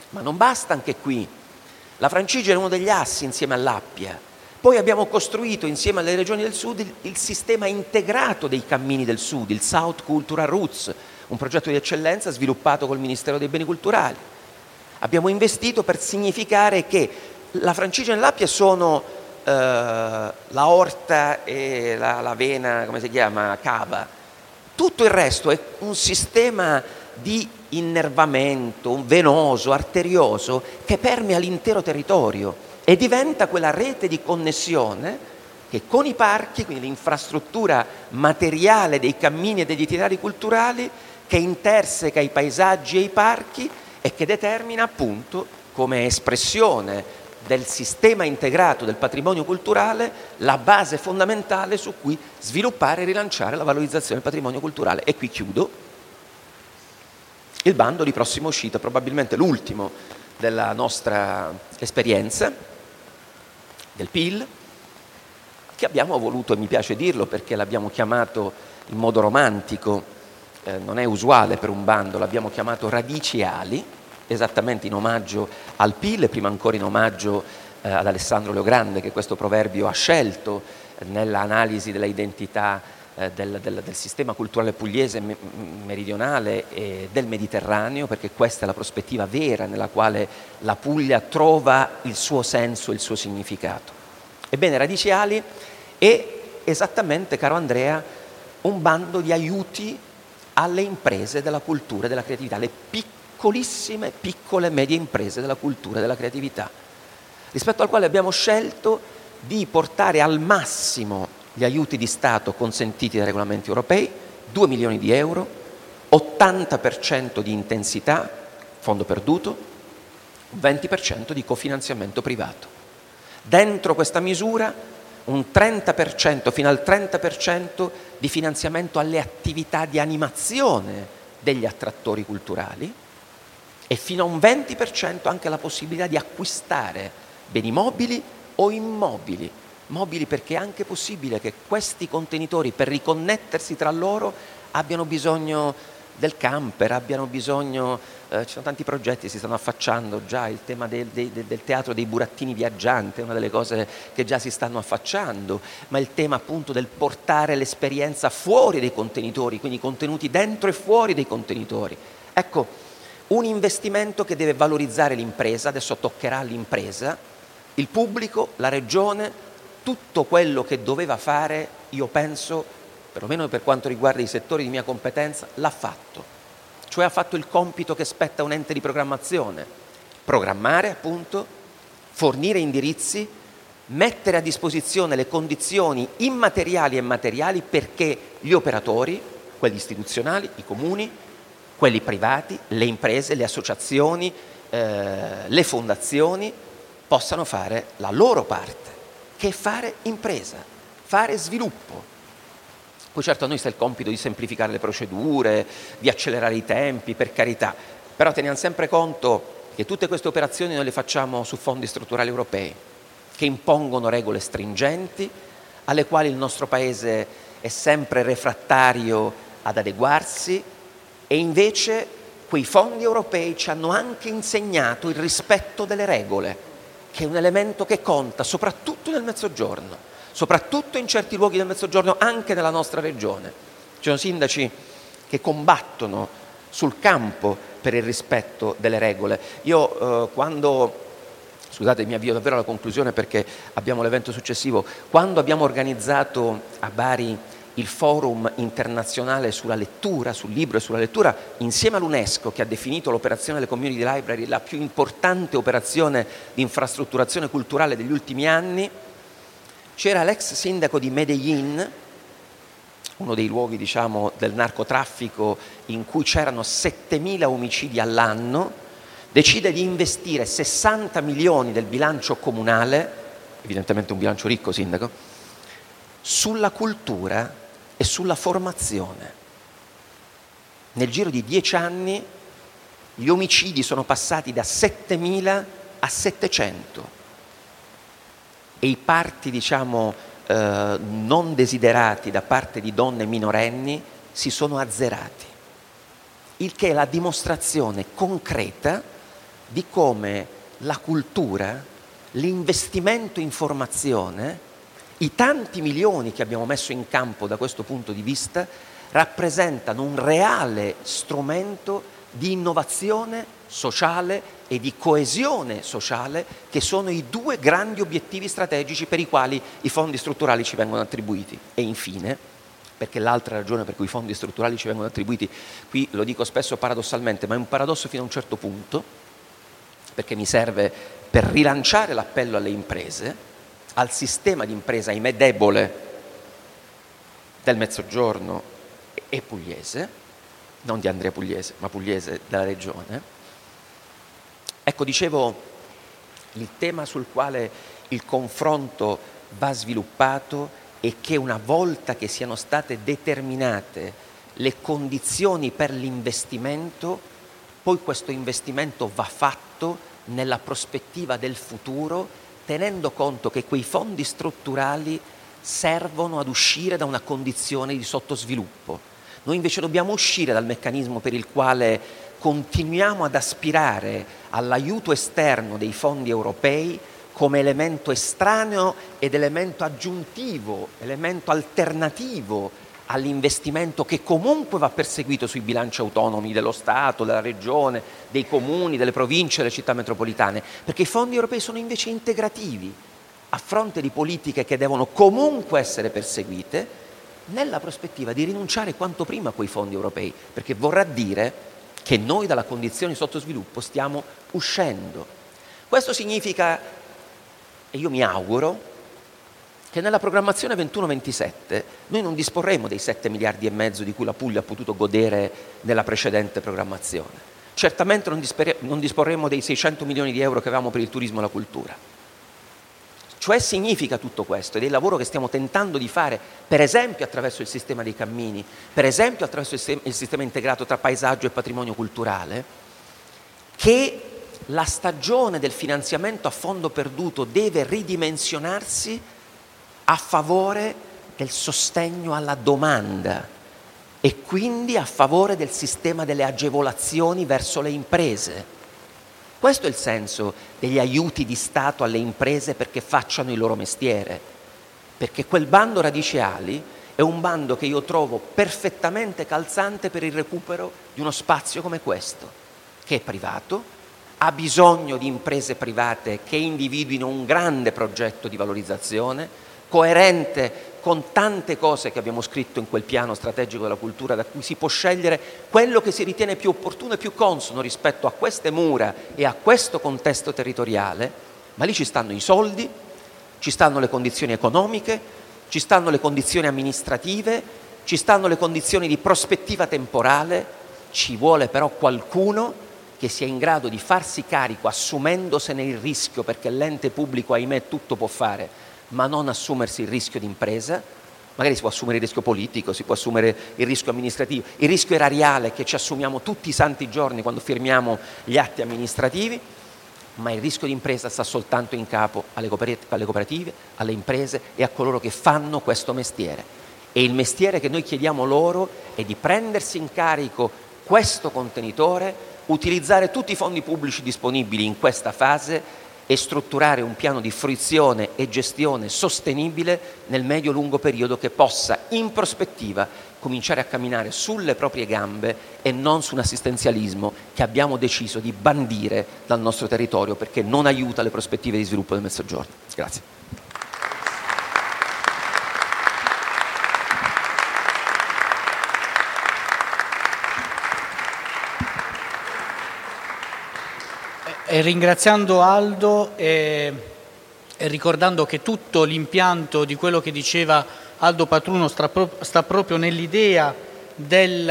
Ma non basta anche qui. La Francigena è uno degli assi insieme all'Appia. Poi abbiamo costruito insieme alle regioni del Sud il sistema integrato dei cammini del Sud, il South Cultural Routes, un progetto di eccellenza sviluppato col Ministero dei Beni Culturali. Abbiamo investito per significare che la Francigena e l'Appia sono la orta e la vena, come si chiama, cava. Tutto il resto è un sistema di innervamento venoso, arterioso, che permea l'intero territorio e diventa quella rete di connessione che con i parchi, quindi l'infrastruttura materiale dei cammini e degli itinerari culturali, che interseca i paesaggi e i parchi e che determina appunto come espressione del sistema integrato del patrimonio culturale la base fondamentale su cui sviluppare e rilanciare la valorizzazione del patrimonio culturale. E qui chiudo. Il bando di prossima uscita, probabilmente l'ultimo della nostra esperienza, del PIL, che abbiamo voluto, e mi piace dirlo perché l'abbiamo chiamato in modo romantico, non è usuale per un bando, l'abbiamo chiamato Radici Ali, esattamente in omaggio al PIL e prima ancora in omaggio ad Alessandro Leogrande, che questo proverbio ha scelto nell'analisi della identità del sistema culturale pugliese meridionale e del Mediterraneo, perché questa è la prospettiva vera nella quale la Puglia trova il suo senso, il suo significato. Ebbene, Radici Ali è esattamente, caro Andrea, un bando di aiuti alle imprese della cultura e della creatività, le piccolissime, piccole e medie imprese della cultura e della creatività, rispetto al quale abbiamo scelto di portare al massimo gli aiuti di Stato consentiti dai regolamenti europei, 2 milioni di euro, 80% di intensità, fondo perduto, 20% di cofinanziamento privato. Dentro questa misura un 30%, fino al 30% di finanziamento alle attività di animazione degli attrattori culturali e fino a un 20% anche la possibilità di acquistare beni mobili o immobili. Mobili perché è anche possibile che questi contenitori, per riconnettersi tra loro, abbiano bisogno del camper, abbiano bisogno, ci sono tanti progetti che si stanno affacciando già, il tema del teatro dei burattini viaggianti è una delle cose che già si stanno affacciando, ma il tema appunto del portare l'esperienza fuori dei contenitori, quindi contenuti dentro e fuori dei contenitori. Ecco, un investimento che deve valorizzare l'impresa, adesso toccherà all'impresa, il pubblico, la regione, tutto quello che doveva fare, io penso, perlomeno per quanto riguarda i settori di mia competenza, l'ha fatto. Cioè ha fatto il compito che spetta a un ente di programmazione. Programmare, appunto, fornire indirizzi, mettere a disposizione le condizioni immateriali e materiali perché gli operatori, quelli istituzionali, i comuni, quelli privati, le imprese, le associazioni, le fondazioni, possano fare la loro parte, che è fare impresa, fare sviluppo. Poi certo a noi sta il compito di semplificare le procedure, di accelerare i tempi, per carità, però teniamo sempre conto che tutte queste operazioni noi le facciamo su fondi strutturali europei, che impongono regole stringenti, alle quali il nostro Paese è sempre refrattario ad adeguarsi, e invece quei fondi europei ci hanno anche insegnato il rispetto delle regole, che è un elemento che conta soprattutto nel Mezzogiorno, soprattutto in certi luoghi del Mezzogiorno, anche nella nostra regione. Ci sono sindaci che combattono sul campo per il rispetto delle regole. Io scusate, mi avvio davvero alla conclusione perché abbiamo l'evento successivo, quando abbiamo organizzato a Bari il forum internazionale sulla lettura, sul libro e sulla lettura, insieme all'UNESCO, che ha definito l'operazione delle Community Library la più importante operazione di infrastrutturazione culturale degli ultimi anni, c'era l'ex sindaco di Medellin, uno dei luoghi, diciamo, del narcotraffico in cui c'erano 7.000 omicidi all'anno, decide di investire 60 milioni del bilancio comunale, evidentemente un bilancio ricco, sindaco, sulla cultura e sulla formazione. Nel giro di 10 anni gli omicidi sono passati da 7.000 a 700 e i parti, diciamo, non desiderati da parte di donne minorenni si sono azzerati, il che è la dimostrazione concreta di come la cultura, l'investimento in formazione, i tanti milioni che abbiamo messo in campo da questo punto di vista rappresentano un reale strumento di innovazione sociale e di coesione sociale, che sono i due grandi obiettivi strategici per i quali i fondi strutturali ci vengono attribuiti. E infine, perché l'altra ragione per cui i fondi strutturali ci vengono attribuiti, qui lo dico spesso paradossalmente, ma è un paradosso fino a un certo punto, perché mi serve per rilanciare l'appello alle imprese, al sistema di impresa, ahimè debole, del Mezzogiorno e pugliese, non di Andrea Pugliese, ma pugliese della regione. Ecco, dicevo, il tema sul quale il confronto va sviluppato è che una volta che siano state determinate le condizioni per l'investimento, poi questo investimento va fatto nella prospettiva del futuro, tenendo conto che quei fondi strutturali servono ad uscire da una condizione di sottosviluppo. Noi invece dobbiamo uscire dal meccanismo per il quale continuiamo ad aspirare all'aiuto esterno dei fondi europei come elemento estraneo ed elemento aggiuntivo, elemento alternativo all'investimento che comunque va perseguito sui bilanci autonomi dello Stato, della Regione, dei comuni, delle province, delle città metropolitane, perché i fondi europei sono invece integrativi a fronte di politiche che devono comunque essere perseguite nella prospettiva di rinunciare quanto prima a quei fondi europei, perché vorrà dire che noi dalla condizione di sottosviluppo stiamo uscendo. Questo significa, e io mi auguro, che nella programmazione 21-27 noi non disporremo dei 7 miliardi e mezzo di cui la Puglia ha potuto godere nella precedente programmazione. Certamente non disporremo dei 600 milioni di euro che avevamo per il turismo e la cultura. Cioè significa tutto questo, ed è il lavoro che stiamo tentando di fare, per esempio attraverso il sistema dei cammini, per esempio attraverso il sistema integrato tra paesaggio e patrimonio culturale, che la stagione del finanziamento a fondo perduto deve ridimensionarsi a favore del sostegno alla domanda e quindi a favore del sistema delle agevolazioni verso le imprese. Questo è il senso degli aiuti di Stato alle imprese perché facciano il loro mestiere, perché quel bando Radici Ali è un bando che io trovo perfettamente calzante per il recupero di uno spazio come questo, che è privato, ha bisogno di imprese private che individuino un grande progetto di valorizzazione, coerente con tante cose che abbiamo scritto in quel piano strategico della cultura, da cui si può scegliere quello che si ritiene più opportuno e più consono rispetto a queste mura e a questo contesto territoriale, ma lì ci stanno i soldi, ci stanno le condizioni economiche, ci stanno le condizioni amministrative, ci stanno le condizioni di prospettiva temporale, ci vuole però qualcuno che sia in grado di farsi carico, assumendosene il rischio, perché l'ente pubblico, ahimè, tutto può fare, ma non assumersi il rischio di impresa. Magari si può assumere il rischio politico, si può assumere il rischio amministrativo, il rischio erariale che ci assumiamo tutti i santi giorni quando firmiamo gli atti amministrativi, ma il rischio di impresa sta soltanto in capo alle cooperative, alle imprese e a coloro che fanno questo mestiere. E il mestiere che noi chiediamo loro è di prendersi in carico questo contenitore, utilizzare tutti i fondi pubblici disponibili in questa fase e strutturare un piano di fruizione e gestione sostenibile nel medio-lungo periodo che possa, in prospettiva, cominciare a camminare sulle proprie gambe e non su un assistenzialismo che abbiamo deciso di bandire dal nostro territorio perché non aiuta le prospettive di sviluppo del Mezzogiorno. Grazie. E ringraziando Aldo e ricordando che tutto l'impianto di quello che diceva Aldo Patruno sta proprio nell'idea di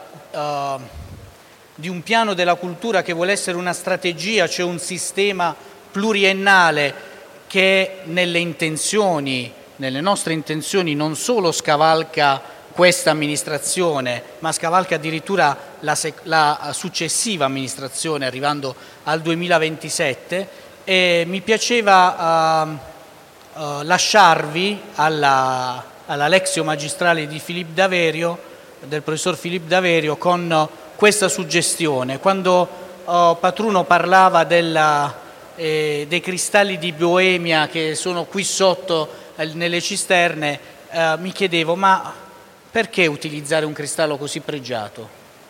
un piano della cultura che vuole essere una strategia, cioè un sistema pluriennale che nelle nostre intenzioni non solo scavalca questa amministrazione, ma scavalca addirittura la successiva amministrazione arrivando al 2027, e mi piaceva lasciarvi alla Lexio Magistrale di Filippo Daverio, del professor Filippo Daverio, con questa suggestione. Quando Patruno parlava dei cristalli di Boemia che sono qui sotto nelle cisterne, mi chiedevo, ma perché utilizzare un cristallo così pregiato?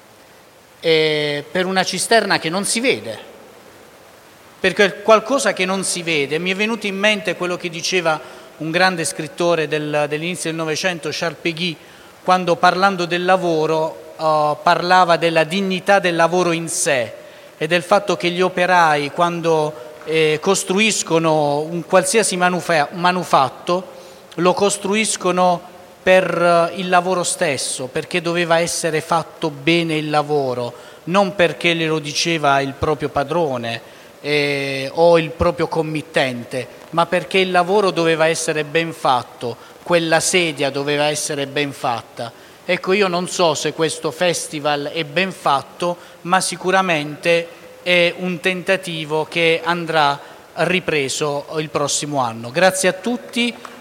Per una cisterna che non si vede, perché qualcosa che non si vede. Mi è venuto in mente quello che diceva un grande scrittore dell'inizio del Novecento, Charles Péguy, quando parlando del lavoro parlava della dignità del lavoro in sé e del fatto che gli operai, quando costruiscono un qualsiasi manufatto, lo costruiscono per il lavoro stesso, perché doveva essere fatto bene il lavoro, non perché glielo diceva il proprio padrone o il proprio committente, ma perché il lavoro doveva essere ben fatto, quella sedia doveva essere ben fatta. Ecco, io non so se questo festival è ben fatto, ma sicuramente è un tentativo che andrà ripreso il prossimo anno. Grazie a tutti.